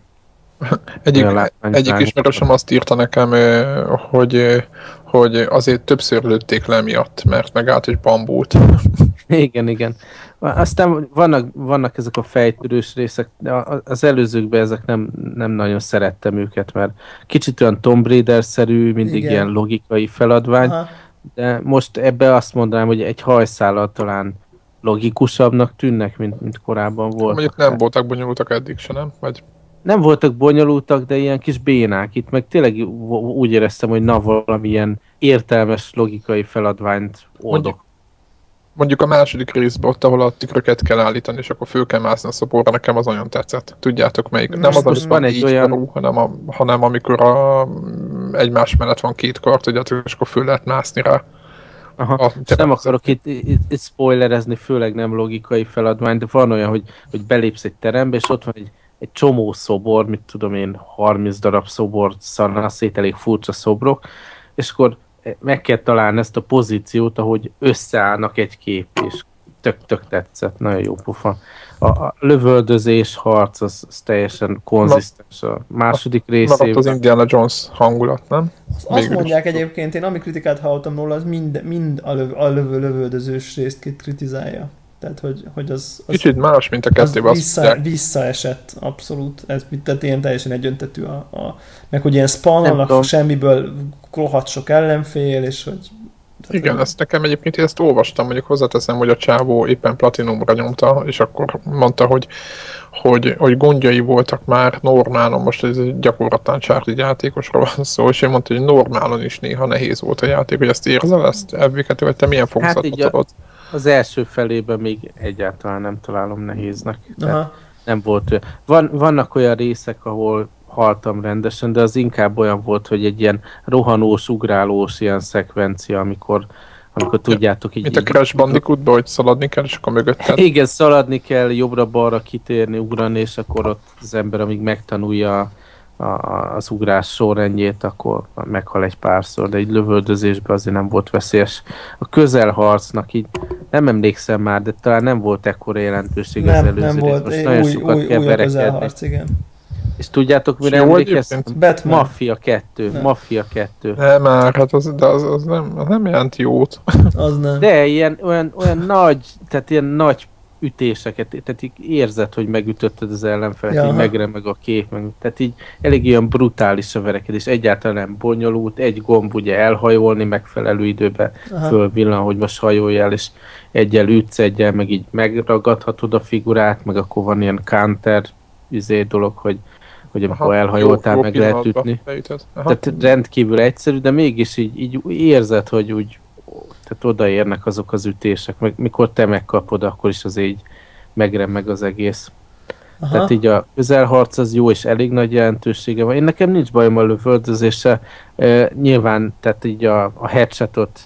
Egyik, egyik ismerősöm azt írta nekem, hogy, hogy azért többször lőtték le miatt, mert megállt egy bambút. Igen, igen. Aztán vannak, vannak ezek a fejtörős részek, de az előzőkben ezek nem, nem nagyon szerettem őket, mert kicsit olyan Tomb Raider-szerű, mindig igen. Ilyen logikai feladvány, aha. De most ebbe azt mondanám, hogy egy hajszállal talán logikusabbnak tűnnek, mint, mint korábban volt. Mondjuk nem voltak bonyolultak eddig se, nem? Vagy... Nem voltak bonyolultak, de ilyen kis bénák. Itt meg tényleg úgy éreztem, hogy na valamilyen értelmes, logikai feladványt oldok. Mondjuk, mondjuk a második részben ott, ahol a tükröket kell állítani, és akkor föl kell mászni a szoborra, nekem az nagyon tetszett. Tudjátok melyik? Nem az, az van egy olyan... Karú, hanem, a, hanem amikor a, egymás mellett van két kart, tudjátok, és akkor föl lehet mászni rá. Aha, a, nem akarok itt, itt, itt spoilerezni, főleg nem logikai feladvány, de van olyan, hogy, hogy belépsz egy terembe, és ott van egy egy csomó szobor, mit tudom én, harminc darab szobor szarna szét, elég furcsa szobrok, és akkor meg kell találni ezt a pozíciót, ahogy összeállnak egy kép, és tök-tök tetszett, nagyon jó pofa. A, a lövöldözés, harc, az, az teljesen konzisztens a második részében. Maradt az Indiana Jones hangulat, nem? Azt Végül mondják is. Egyébként, én ami kritikát hallottam róla, az mind, mind a, löv, a lövő, lövöldözős részt kritizálja. Tehát, hogy, hogy az, az... Kicsit más, mint a kettőben. Vissza, visszaesett, abszolút. Ez, tehát ilyen teljesen egyöntetű a... a meg hogy ilyen spawnolnak semmiből rohadt sok ellenfél, és hogy... Igen, hogy... ezt nekem egyébként ezt olvastam, mondjuk hozzáteszem, hogy a csávó éppen platinumra nyomta, és akkor mondta, hogy, hogy, hogy gondjai voltak már normálon, most ez gyakorlatilag Charlie játékosról van szó, és én mondta, hogy normálon is néha nehéz volt a játék, hogy ezt érzel, ezt elvégető, vagy te milyen fokozatot adod? Hát az első felében még egyáltalán nem találom nehéznek. Nem volt. Van, vannak olyan részek, ahol haltam rendesen, de az inkább olyan volt, hogy egy ilyen rohanós, ugrálós ilyen szekvencia, amikor, amikor tudjátok így... Mint a Crash Bandicootban, hogy szaladni kell, és akkor mögötted. Igen, szaladni kell, jobbra-balra kitérni, ugrani, és akkor ott az ember, amíg megtanulja az ugrás sorrendjét, akkor meghal egy párszor, de egy lövöldözésben azért nem volt veszélyes. A közelharcnak így nem emlékszem már, de talán nem volt ekkora jelentőség nem, az előző nem volt. Most nagyon új, sokat új, kell új verekedni. Igen. És tudjátok, mire emlékeztem? Mafia kettő. Nem. Mafia kettő. Nem már, hát az, de az, az, nem, az nem jelent jót. Az nem. De ilyen olyan, olyan nagy, tehát ilyen nagy ütéseket, tehát így érzed, hogy megütötted az ellenfelet, ja, így megremeg a kép, meg, tehát így elég ilyen brutális a verekedés, egyáltalán nem bonyolult, egy gomb ugye elhajolni megfelelő időben fölvillan, hogy most hajolj el, és egyel ütsz, egyel meg így megragadhatod a figurát, meg akkor van ilyen counter izé dolog, hogy, hogy amikor aha, elhajoltál, jó, meg jó lehet ütni. Tehát rendkívül egyszerű, de mégis így, így érzed, hogy úgy tehát odaérnek azok az ütések, meg mikor te megkapod, akkor is azért így megremeg az egész. Aha. Tehát így a közelharc az jó, és elég nagy jelentősége van. Én nekem nincs bajom a lövöldözéssel. E, nyilván, tehát így a, a headshotot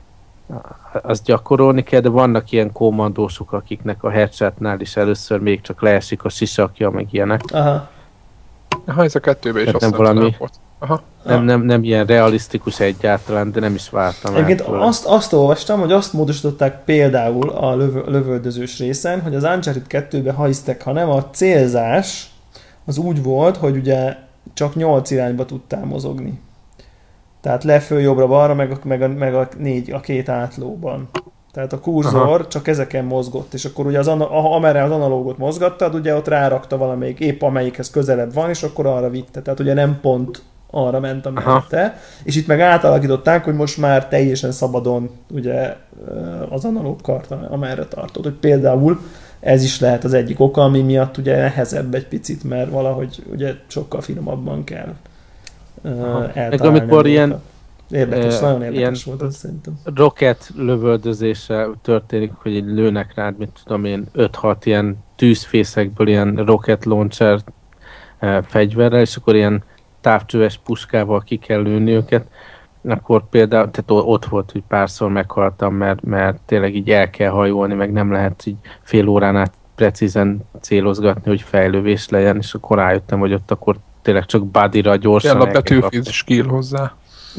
azt gyakorolni kell, de vannak ilyen kommandósok, akiknek a headshotnál is először még csak leesik a sisakja, meg ilyenek. Aha. Aha, ez a kettőben is azt valami... volt. Aha. Nem, nem, nem ilyen realisztikus egyáltalán, de nem is vártam. Egyébként azt, azt olvastam, hogy azt módosították például a lövö, lövöldözős részen, hogy az Uncharted kettőben, ha hisztek, ha nem, a célzás az úgy volt, hogy ugye csak nyolc irányba tudtál mozogni. Tehát leföl, jobbra, balra, meg a, meg a, meg a négy, a két átlóban. Tehát a kurzor aha. csak ezeken mozgott, és akkor ugye az, amerre az analógot mozgattad, ugye ott rárakta valamelyik, épp amelyikhez közelebb van, és akkor arra vitte. Tehát ugye nem pont arra ment, amerre. És itt meg átalakították, hogy most már teljesen szabadon ugye az analóg kart, amerre tartod. Hogy például ez is lehet az egyik oka, ami miatt ugye nehezebb egy picit, mert valahogy ugye sokkal finomabban kell eltalálni. Meg amikor ilyen Érdekes, uh, nagyon érdekes ilyen volt az szerintem. rocket lövöldözése történik, hogy egy lőnek rád, mit tudom én, öt-hat ilyen tűzfészekből ilyen rocket launcher uh, fegyverrel, és akkor ilyen távcsöves puskával ki kell lőni őket. Akkor például, tehát ott volt, hogy párszor meghaltam, mert, mert tényleg így el kell hajolni, meg nem lehet így fél órán át precízen célozgatni, hogy fejlővés legyen, és akkor rájöttem, hogy ott akkor tényleg csak bodyra gyorsan kell a Battlefield skill hozzá.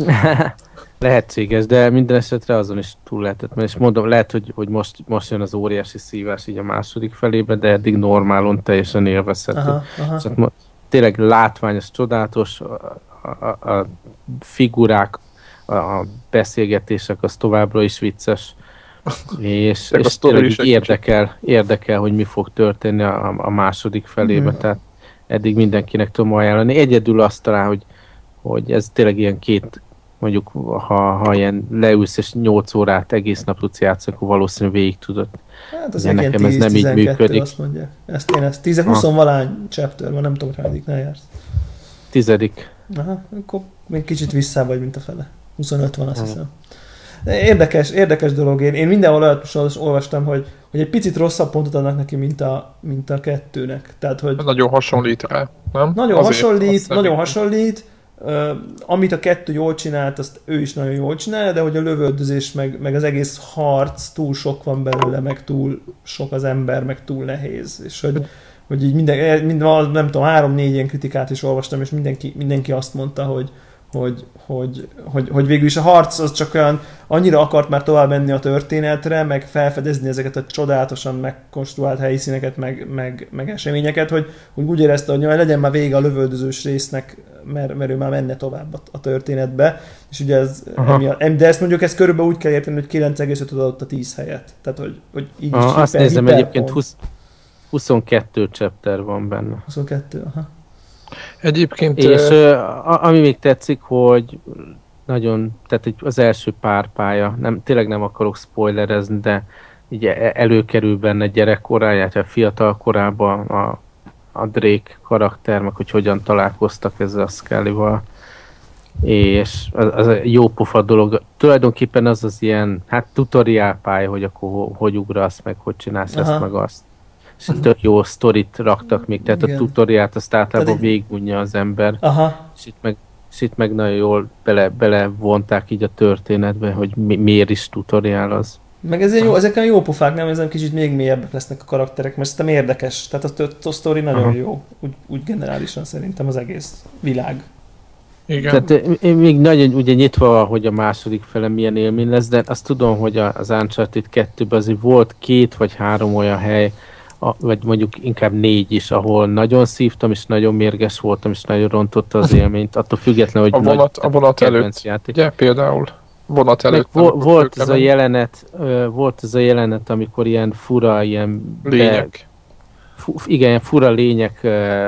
Lehetséges, de minden esetre azon is túl lehetett, mert és mondom, lehet, hogy, hogy most, most jön az óriási szívás így a második felébe, de eddig normálon teljesen élvezhető. Aha, aha. Szóval tényleg látványos, csodálatos, a, a, a figurák, a beszélgetések, az továbbra is vicces, és, és tényleg érdekel, érdekel, hogy mi fog történni a, a második felébe, mm. tehát eddig mindenkinek tudom ajánlani. Egyedül azt talán, hogy, hogy ez tényleg ilyen két, mondjuk, ha, ha ilyen leülsz és nyolc órát egész nap tudsz játszani, akkor valószínűleg végig tudod. Hát az nekem ez nem így működik. Azt mondják. Ezt én ezt tíz húsz valány chapter van, nem tudom, hogy hányadiknál jársz. Tizedik. Aha, akkor még kicsit vissza vagy, mint a fele. huszonöt van, azt hiszem. Érdekes, érdekes dolog. Én, én mindenhol olyat olvastam, hogy, hogy egy picit rosszabb pontot adnak neki, mint a, mint a kettőnek. Tehát, hogy nagyon hasonlít rá, nem? Nagyon Azért hasonlít, nagyon hasonlít. Uh, amit a kettő jól csinált, azt ő is nagyon jól csinálja, de hogy a lövöldözés, meg, meg az egész harc túl sok van belőle, meg túl sok az ember, meg túl nehéz. És hogy, hogy így minden, minden, nem tudom, három-négy ilyen kritikát is olvastam, és mindenki, mindenki azt mondta, hogy Hogy, hogy, hogy, hogy végül is a harc az csak olyan, annyira akart már tovább menni a történetre, meg felfedezni ezeket a csodálatosan megkonstruált helyszíneket, meg, meg, meg eseményeket, hogy, hogy úgy érezte, hogy legyen már vége a lövöldözős résznek, mert, mert ő már menne tovább a, a történetbe. És ugye ez, emiatt, de ezt mondjuk ezt körülbelül úgy kell érteni, hogy kilenc egész öt adott a tíz helyet. Tehát, hogy, hogy így aha, is azt hiper, nézem, hiper egyébként húsz, huszonkettő chapter van benne. huszonkettő, aha. Egyébként... És uh, ami még tetszik, hogy nagyon, tehát az első pár pálya, nem, tényleg nem akarok spoilerezni, de így előkerül benne gyerekkoráját, vagy fiatal korában a, a Drake karakter, meg hogy hogyan találkoztak ezzel a Scully-val. És az, az a jó pofa dolog. Tulajdonképpen az az ilyen, hát tutoriál pálya, hogy akkor hogy ugrasz, meg hogy csinálsz aha. ezt, meg azt. És tök jó sztorit raktak még, tehát igen. A tutoriát azt általában végigmondja az ember. Aha. És itt meg, és itt meg nagyon jól bele, bele vonták így a történetbe, hogy mi, miért is tutoriál az. Meg ez jó, ezek a jó pofák, nem? Ezek kicsit még mélyebbek lesznek a karakterek, mert szerintem érdekes. Tehát a, a sztori nagyon aha. jó, úgy, úgy generálisan szerintem az egész világ. Igen. Tehát én még nagyon ugye nyitva, hogy a második fele milyen élmény lesz, de azt tudom, hogy az Uncharted kettőben azért volt két vagy három olyan hely, A, vagy mondjuk inkább négy is, ahol nagyon szívtam, és nagyon mérges voltam, és nagyon rontotta az élményt, attól függetlenül, hogy a vonat, a vonat előtt, játék. Ugye, például vonat előtt. Vo- volt ez a jelenet, volt ez a jelenet, amikor ilyen fura, ilyen lények. Be, fu, igen, ilyen fura lények,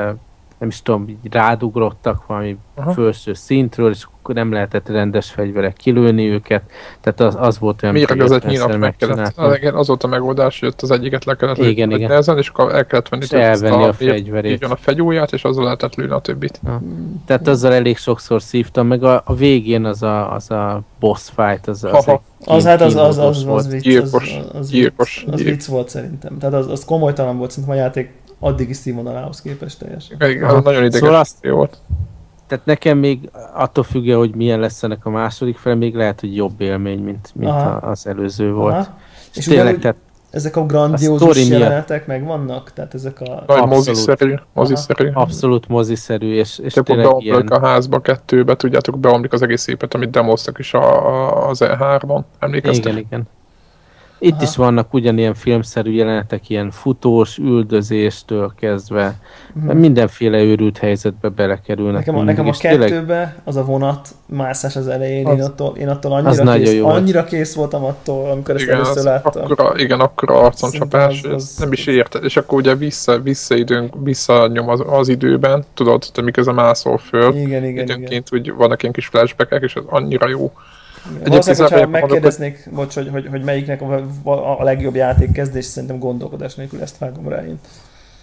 nem is tudom, rádugrottak valami aha. felső szintről, és akkor nem lehetett rendes fegyverek kilőni őket, tehát az, az volt olyan, amit ötvenszor megcsináltam. Az volt a megoldás, hogy ott az egyiket le kellett igen, igen. nehezen, és akkor el kellett venni elvenni a, a fegyverét. Így van a fegyúját, és azzal lehetett lőni a többit. Ha. Tehát azzal elég sokszor szívtam, meg a, a végén az a, az a boss fight, az, az, az, az, hát az, az, az, az vicc, gyilkos, az, az, gyilkos, az, az vicc volt szerintem. Tehát az, az komolytalan volt szerintem a játék addigi színvonalához képest teljesen. Igen, az nagyon ideges szóval azt, volt. Tehát nekem még attól függően, hogy milyen lesz ennek a második fel, még lehet, hogy jobb élmény, mint, mint a, az előző volt. Aha. És, és tényleg, ugyan, tehát ezek a grandiózus jelenetek megvannak? Tehát ezek a... Nagy moziszerű. moziszerű. Abszolút moziszerű, és, és Te tényleg ilyen... a házba, kettőbe, tudjátok, beomlik az egész épet, amit demoztak is a, a, az E háromon. Emlékeztek? Igen, igen. Itt aha. is vannak ugyanilyen filmszerű jelenetek, ilyen futós, üldözéstől kezdve, hmm. mindenféle őrült helyzetbe belekerülnek. Nekem a, nekem a kettőbe tényleg... az a vonat mászás az elején, az, én attól, én attól annyira, kész, annyira kész voltam attól, amikor ezt igen, először láttam. Akkora, igen, akkora arconcsapás, az, az, nem is érted. És akkor ugye vissza, visszaidőnk, visszanyom az, az időben, tudod, hogy miközben mászol föl, igen, igen, időnként úgy vannak ilyen kis flashbackek, és az annyira jó. Valószínűleg, hogyha megkérdeznék, hogy... bocs, hogy, hogy, hogy melyiknek a, a legjobb játék kezdés, szerintem gondolkodás nélkül ezt vágom rá én.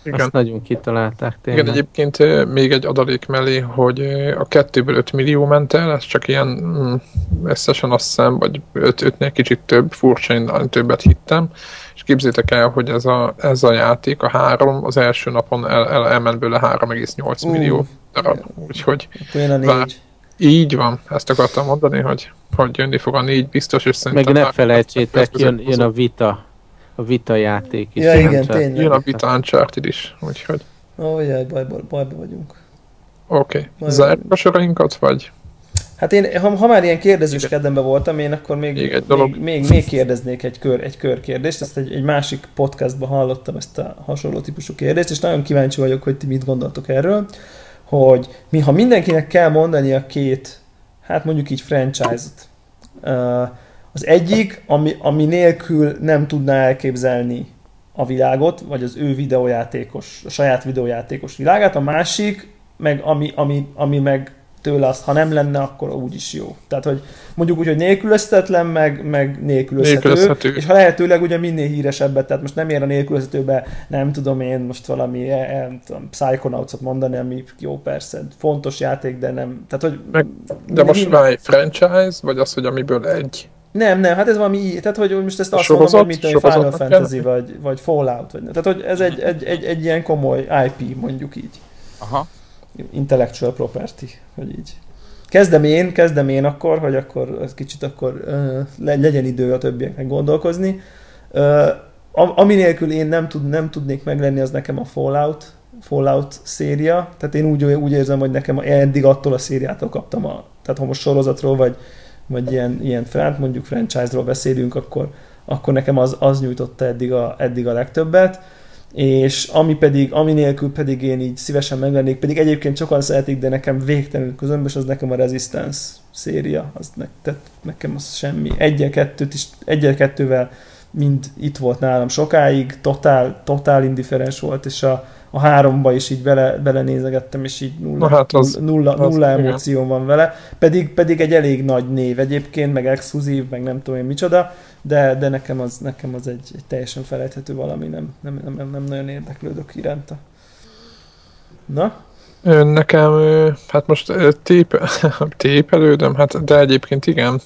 Igen. Azt nagyon kitalálták tényleg. Igen, egyébként még egy adalék mellé, hogy a kettőből öt millió ment el, ez csak ilyen összesen azt hiszem, vagy ötnél kicsit több, furcsa, én többet hittem, és képzétek el, hogy ez a, ez a játék, a három, az első napon el, el, elment bőle három egész nyolc uh, millió darab, úgyhogy vár, így van, ezt akartam mondani, hogy, hogy jönni fog a négy biztos, és szerintem... Meg ne felejtsétek, jön, jön a vita. A Vita játék is. Ja, igen, tényleg. Jön a Vita Uncharted is, úgyhogy... Ó, jaj, bajba, bajba vagyunk. Oké. Okay. Zárjuk a sorainkat, vagy? Hát én, ha, ha már ilyen kérdezős kedvemben voltam, én akkor még, még, még, még, még kérdeznék egy kör, egy körkérdést. Ezt egy, egy másik podcastban hallottam, ezt a hasonló típusú kérdést, és nagyon kíváncsi vagyok, hogy ti mit gondoltok erről, hogy mi, ha mindenkinek kell mondani a két, hát mondjuk így franchise-ot, uh, az egyik, ami, ami nélkül nem tudná elképzelni a világot, vagy az ő videójátékos, a saját videójátékos világát, a másik, meg ami, ami, ami meg tőle azt, ha nem lenne, akkor úgyis jó. Tehát, hogy mondjuk úgy, hogy nélkülözhetetlen, meg, meg nélkülözhető, nélkülözhető, és ha lehetőleg ugye minél híresebbet, tehát most nem ér a nélkülözhetőbe, nem tudom én most valami nem tudom, Psychonauts-ot mondani, ami jó persze, fontos játék, de nem, tehát, hogy... Meg, de most már egy franchise, vagy az, hogy amiből egy? Nem, nem, hát ez valami, tehát hogy most ezt azt mondom, hogy mint egy Final Fantasy, vagy, vagy Fallout, vagy, tehát hogy ez egy, egy, egy, egy ilyen komoly i pé, mondjuk így. Aha. Intellectual property, hogy így. Kezdem én, kezdem én akkor, hogy akkor ez kicsit akkor uh, legyen idő a többieknek gondolkozni. Uh, ami nélkül én nem, tud, nem tudnék meglenni, az nekem a Fallout, Fallout széria. Tehát én úgy, úgy érzem, hogy nekem eddig attól a szériától kaptam a, tehát ha most sorozatról, vagy vagy ilyen, ilyen frant, mondjuk franchise-ról beszélünk, akkor, akkor nekem az, az nyújtotta eddig a, eddig a legtöbbet, és ami pedig, ami nélkül pedig én így szívesen meglennék, pedig egyébként sokan szeretik, de nekem végtelenül közömbös, az nekem a Resistance széria, az ne, tehát nekem az semmi. Egyel-kettőt is, egyel-kettővel mind itt volt nálam sokáig, totál, totál indifferens volt, és a, a háromba is így bele, belenézegettem, és így nulla, hát az, nulla, az, nulla az emócióm van vele, pedig, pedig egy elég nagy név egyébként, meg exkluzív, meg nem tudom én micsoda, de, de nekem az, nekem az egy, egy teljesen felejthető valami, nem, nem, nem, nem nagyon érdeklődök iránta. Na? Nekem, hát most tép, tépelődöm, hát de egyébként igen.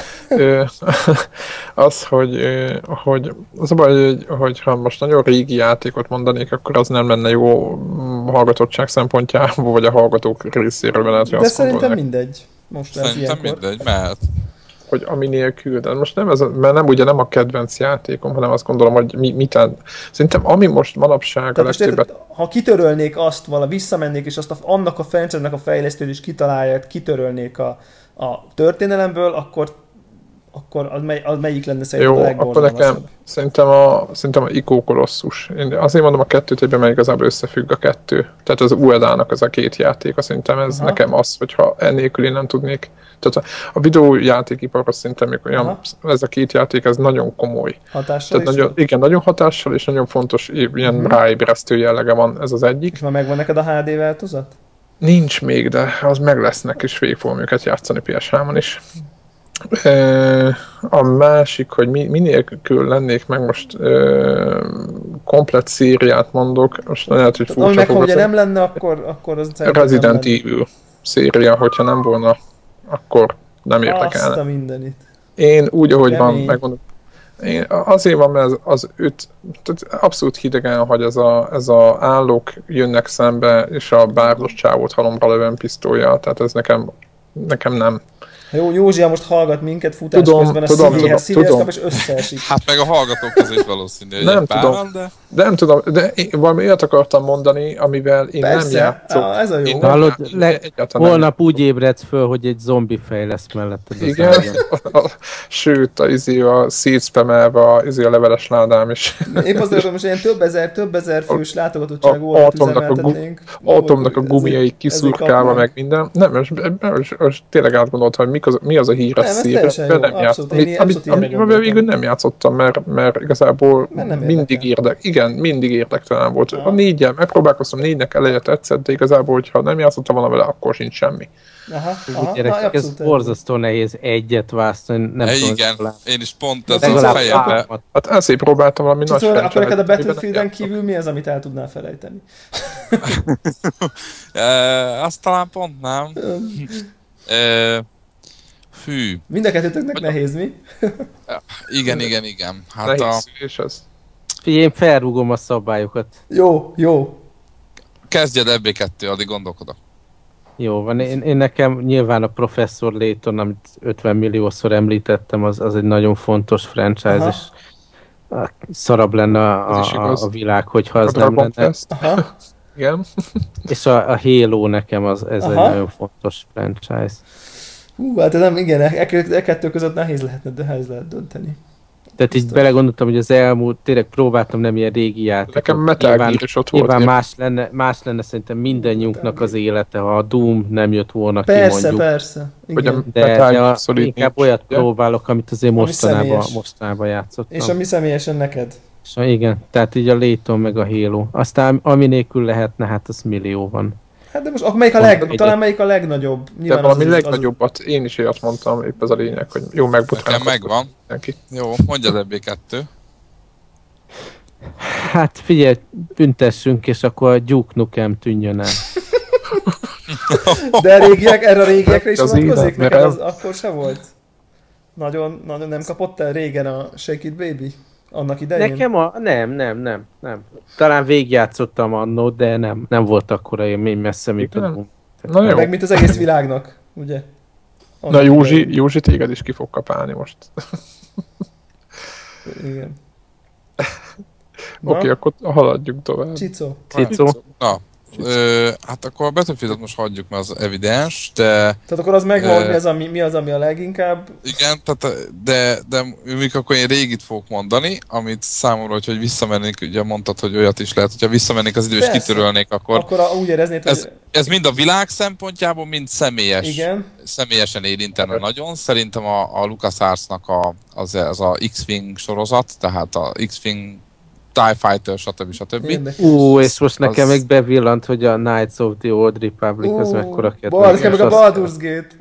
Az, hogy, hogy az a baj, hogy, hogy ha most nagyon régi játékot mondanék, akkor az nem lenne jó hallgatottság szempontjából, vagy a hallgatók részéről. Lehet, de szerintem gondolnak. Mindegy. Most szerintem mindegy, mehet. Hogy ami nélkül, de most nem ez, mert nem ugye nem a kedvenc játékom, hanem azt gondolom, hogy mi, mitán, szerintem ami most manapság a legtöbbet... Ha kitörölnék azt, vala visszamennék, és azt a, annak a franchise-nek a fejlesztőt is kitalálják, kitörölnék a, a történelemből, akkor akkor az, mely, az melyik lenne szerintem jó, a legborzalmasabb? Akkor nekem szerintem a, szerintem a Ico Colossus. Én azért mondom a kettőt, egyben mert igazából összefügg a kettő. Tehát az Uedának ez a két játék, szerintem ez aha. nekem az, hogyha ennélkül én nem tudnék. Tehát a, a videójátékipar szerintem még olyan, aha. ez a két játék, ez nagyon komoly. Hatással Tehát nagyon, igen, nagyon hatással, és nagyon fontos, ilyen uh-huh. ráébresztő jellege van, ez az egyik. És már megvan neked a há dé változat? Nincs még, de az meg lesznek, és végig fogom őket játszani pé es hármon is. A másik, hogy mi, minélkül lennék meg most ö, komplett szériát mondok, most lehet, hogy furcsa meg, ha ugye nem lenne, akkor, akkor az Resident Evil széria, hogyha nem volna, akkor nem érdekelne. Azt a mindenit. Én úgy, ahogy Kemény. van, megmondom. Én azért van, mert az, az öt, tehát abszolút hidegen, hogy ez a, ez a állók jönnek szembe, és a bárdos csávót halomra lövőn pisztolya, tehát ez nekem, nekem nem. Jó, Józsia most hallgat minket futás tudom, közben a tudom, szívéhez, szívéhez kap, és összeesik. Hát meg a hallgatók között valószínű, hogy nem egy tudom, párral, de... de nem tudom, de én valami olyat akartam mondani, amivel én persze. nem játszok. Á, ez a jó. Hallod, le, holnap úgy ébredsz föl, hogy egy zombi fej lesz melletted. Igen, a, a, sőt, a, izé a szétszpemelve a, izé a leveles ládám is. Épp azt mondom, most ilyen több ezer, több ezer fős látogatottságú oldalt üzemeltetnénk. Atomnak a gumiai kiszurkálva, meg minden. Nem, most, most, most tényleg átgondoltam, hogy mik az, mi az a híres szíve, nem játszott. Amit, amit, amit, amivel végül nem játszottam, mert, mert igazából mert mindig érdek, igen, mindig érdektelen volt. Ha. A néggyel megpróbálkoztam, négynek eleje tetszett, de igazából, hogyha nem játszottam volna vele, akkor sincs semmi. Aha, aha, gyerekek, na, ez borzasztó nehéz egyet választani. Nem e, tudom, igen, én is pont ez a fejembe. Hát ezért próbáltam valami nagy franchise. Akkor neked a Battlefielden kívül mi az, amit el tudnál felejteni? e, azt talán pont nem. e, hű. Mind a kettőtöknek nehéz, mi? igen, igen, igen. Hát nehéz a... és az. Figyelj, én felrúgom a szabályokat. Jó, jó. Kezdjed E B kettő, addig gondolkodok. Jó van, én, én nekem nyilván a Professor Layton, amit ötven milliószor említettem, az, az egy nagyon fontos franchise, aha. És szarabb lenne a, a, a világ, hogyha az a nem lenne. Aha. Igen. És a, a Halo nekem az, ez aha. Egy nagyon fontos franchise. Hú, hát ez nem, igen, e, e kettő között nehéz lehetne, de nehéz lehet dönteni. Tehát így belegondoltam, hogy az elmúlt, tényleg próbáltam nem ilyen régi játékot. Nekem Metal Gear is ott volt. Nyilván más lenne, más lenne szerintem mindannyiunknak az élete, ha a Doom nem jött volna ki, persze, mondjuk. Persze, persze. De, de a, inkább olyat ja. próbálok, amit azért mostanában, mostanában játszottam. És ami személyesen neked? És igen, tehát így a Layton meg a Halo. Aztán ami nélkül lehetne, hát az millió van. Hát de most akkor melyik a leg, talán melyik a legnagyobb? Nyilván de valami az legnagyobbat, az... én is olyat mondtam, épp ez a lényeg, hogy jó megbotránkoztam. Megvan. Neki. Jó, mondja az E B kettő. Hát figyelj, büntessünk, és akkor a Duke Nukem tűnjön el. De a régiek, erre a régiekre is vonatkozik? Neked az akkor se volt? Nagyon, nagyon nem kapott el régen a Shake It Baby? Annak idején? Nekem a... Nem, nem, nem, nem. Talán végigjátszottam annó, de nem, nem volt akkora élmény messze, mint igen. A Doom. Na jó. Meg mint az egész világnak, ugye? Annak na Józsi, Józsi téged is ki fog kapálni most. Igen. Oké, okay, akkor haladjunk tovább. Cicó. Cicó. Na, ö, hát akkor a Battlefieldet most hagyjuk, mert az evidens, de... Tehát akkor az megvan, hogy mi az, ami, mi az, ami a leginkább... Igen, tehát, de, de mikor akkor én régit fogok mondani, amit számomra, hogy, hogy visszamennék, ugye mondtad, hogy olyat is lehet, hogyha visszamennék az idő és kitörölnék, akkor... Akkor a, úgy éreznéd, ez, hogy... ez mind a világ szempontjából, mind személyes. Igen. Személyesen érintene nagyon. Szerintem a, a LucasArts-nak a, az, az a X-Wing sorozat, tehát a X-Wing TIE Fighter, stb. stb. Ú, és most nekem az... még bevillant, hogy a Knights of the Old Republic az mekkora kedvenc. Meg a Baldur's Gate.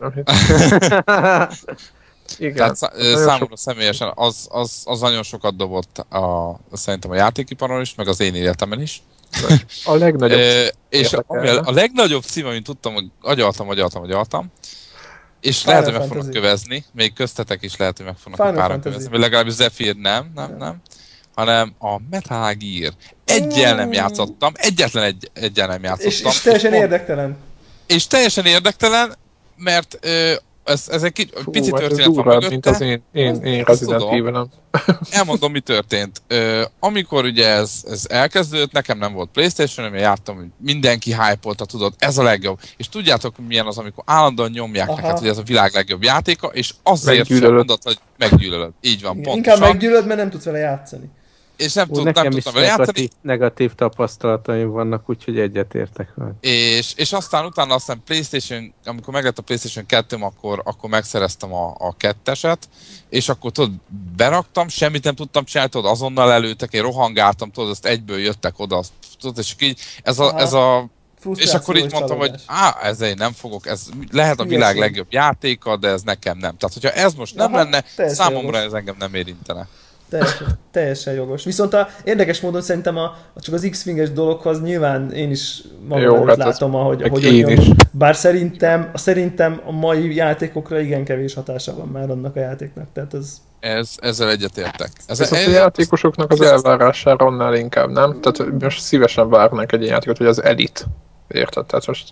Igen. Tehát számomra sok... személyesen az, az, az nagyon sokat dobott a, szerintem a játékiparon is, meg az én életemen is. A legnagyobb e, és a, a legnagyobb cím, amit tudtam, hogy agyaltam, agyaltam, agyaltam, és Final lehet, hogy meg fognak kövezni, még köztetek is lehet, hogy meg fognak páran kövezni, vagy legalábbis Zephyr nem, nem, nem. nem. A Metal Gear. Egyel nem játszottam, egyetlen egy, egyel nem játszottam. És, és teljesen és érdektelen. És teljesen érdektelen, mert ö, ez, ez egy kicsit pici Fú, történet van mögötte. Mint az én, én, én Resident Evil-em. Elmondom, mi történt. Ö, amikor ugye ez, ez elkezdődött, nekem nem volt PlayStation-om, én jártam, hogy mindenki hype-olta, tudod, ez a legjobb. És tudjátok, milyen az, amikor állandóan nyomják aha. neked, hogy ez a világ legjobb játéka, és azért sem mondod, hogy meggyűlölöd. Így van, pontosan. Inkább meggyűlölöd, mert nem tudsz vele játszani. És nem, Ú, tud, nekem nem is tudtam vele negatív, játszani. negatív tapasztalataim vannak, úgyhogy egyetértek vele. És, és aztán utána aztán PlayStation, amikor meglett a PlayStation kettőm, akkor, akkor megszereztem a, a ketteset, és akkor tudod, beraktam, semmit nem tudtam csinálni, tudod, azonnal előttek, én rohangáltam, tudod, azt egyből jöttek oda, tudod, és így ez a, ez a és akkor így mondtam, hogy á, ezzel én nem fogok, ez lehet a világ igen, legjobb játéka, de ez nekem nem. Tehát, hogyha ez most nem aha, lenne, számomra jogos. Ez engem nem érintene. Teljesen, teljesen jogos. Viszont a érdekes módon szerintem a, csak az X-Wing-es dologhoz nyilván én is magam hát látom, ahogy, ahogy én is. Bár szerintem, szerintem a mai játékokra igen kevés hatása van már annak a játéknak. Tehát az... Ez, ezzel egyetértek. Ez ez a játékosoknak az elvárására annál inkább, nem? Tehát most szívesen várnak egy ilyen játékot, hogy az elit. Érted? Tehát most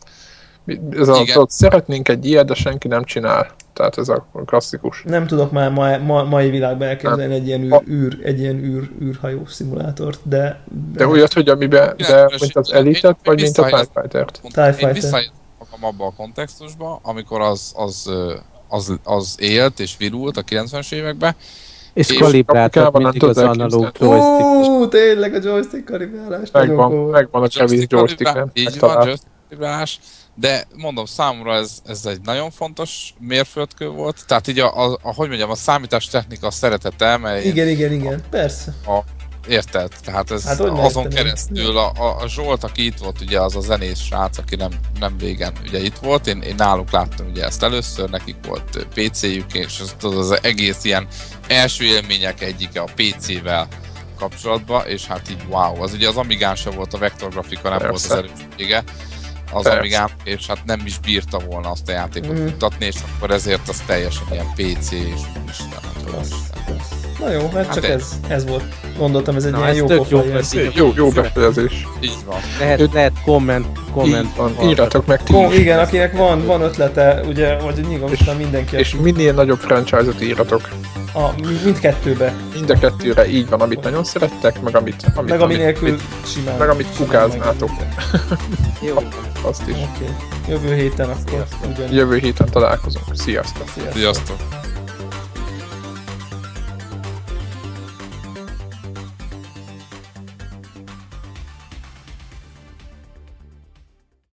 ez a, tudod, szeretnénk egy ilyet, de senki nem csinál. Tehát ez a klasszikus. Nem tudok már ma, ma, mai világban elképzelni egy ilyen, űr, űr, egy ilyen űr, űrhajó szimulátort, de... De, de olyat, hogy amiben, de mint az Elitet, vagy mint a TIE Fighter-t? TIE Fighter. Én visszajöttem magam abba a kontextusba, amikor az, az, az, az élt és virult a kilencvenes években. És, és kalibráltak mindig az analóg joystick. Ó, tényleg a joystick kalibrálás. Megvan, megvan a Kevin joystick, nem? Így van, exkluzivitás, de mondom, számomra ez, ez egy nagyon fontos mérföldkő volt. Tehát így a, a, a hogy mondjam, a számítástechnika szeretete, mely... Igen, igen, igen, persze. A, érted? Tehát ez hát, azon keresztül a, a, a Zsolt, aki itt volt, ugye az a zenész srác, aki nem, nem régen ugye itt volt, én, én náluk láttam ugye ezt először, nekik volt pé céjük, és az, az egész ilyen első élmények egyike a pé cével kapcsolatban, és hát így wow, az ugye az Amigán sem volt, a vektorgrafika nem Persze. volt az erőssége az Persze. Amigán, és hát nem is bírta volna azt a játékot mm. mutatni, és akkor ezért az teljesen ilyen pé cé, és Isten, na jó, hát, hát csak ez, ez volt. Gondoltam, ez egy Na, ilyen ez jó pofa. Jó, jó, jó befejezés. Így van. Lehet, Ő... lehet komment, komment. Van, írjátok meg ti Kom, igen, akinek van, van ötlete, ugye, vagy nyilván mindenki. És aki... minél nagyobb franchise-ot íratok. A, mindkettőbe. Mind a kettőre így van, amit nagyon szerettek, meg amit... amit meg ami amit, nélkül amit, simán. Meg amit kukáznátok. Jó. Azt is. Okay. Jövő héten akkor. Jövő héten találkozunk. Sziasztok. Sziasztok. Sziasztok.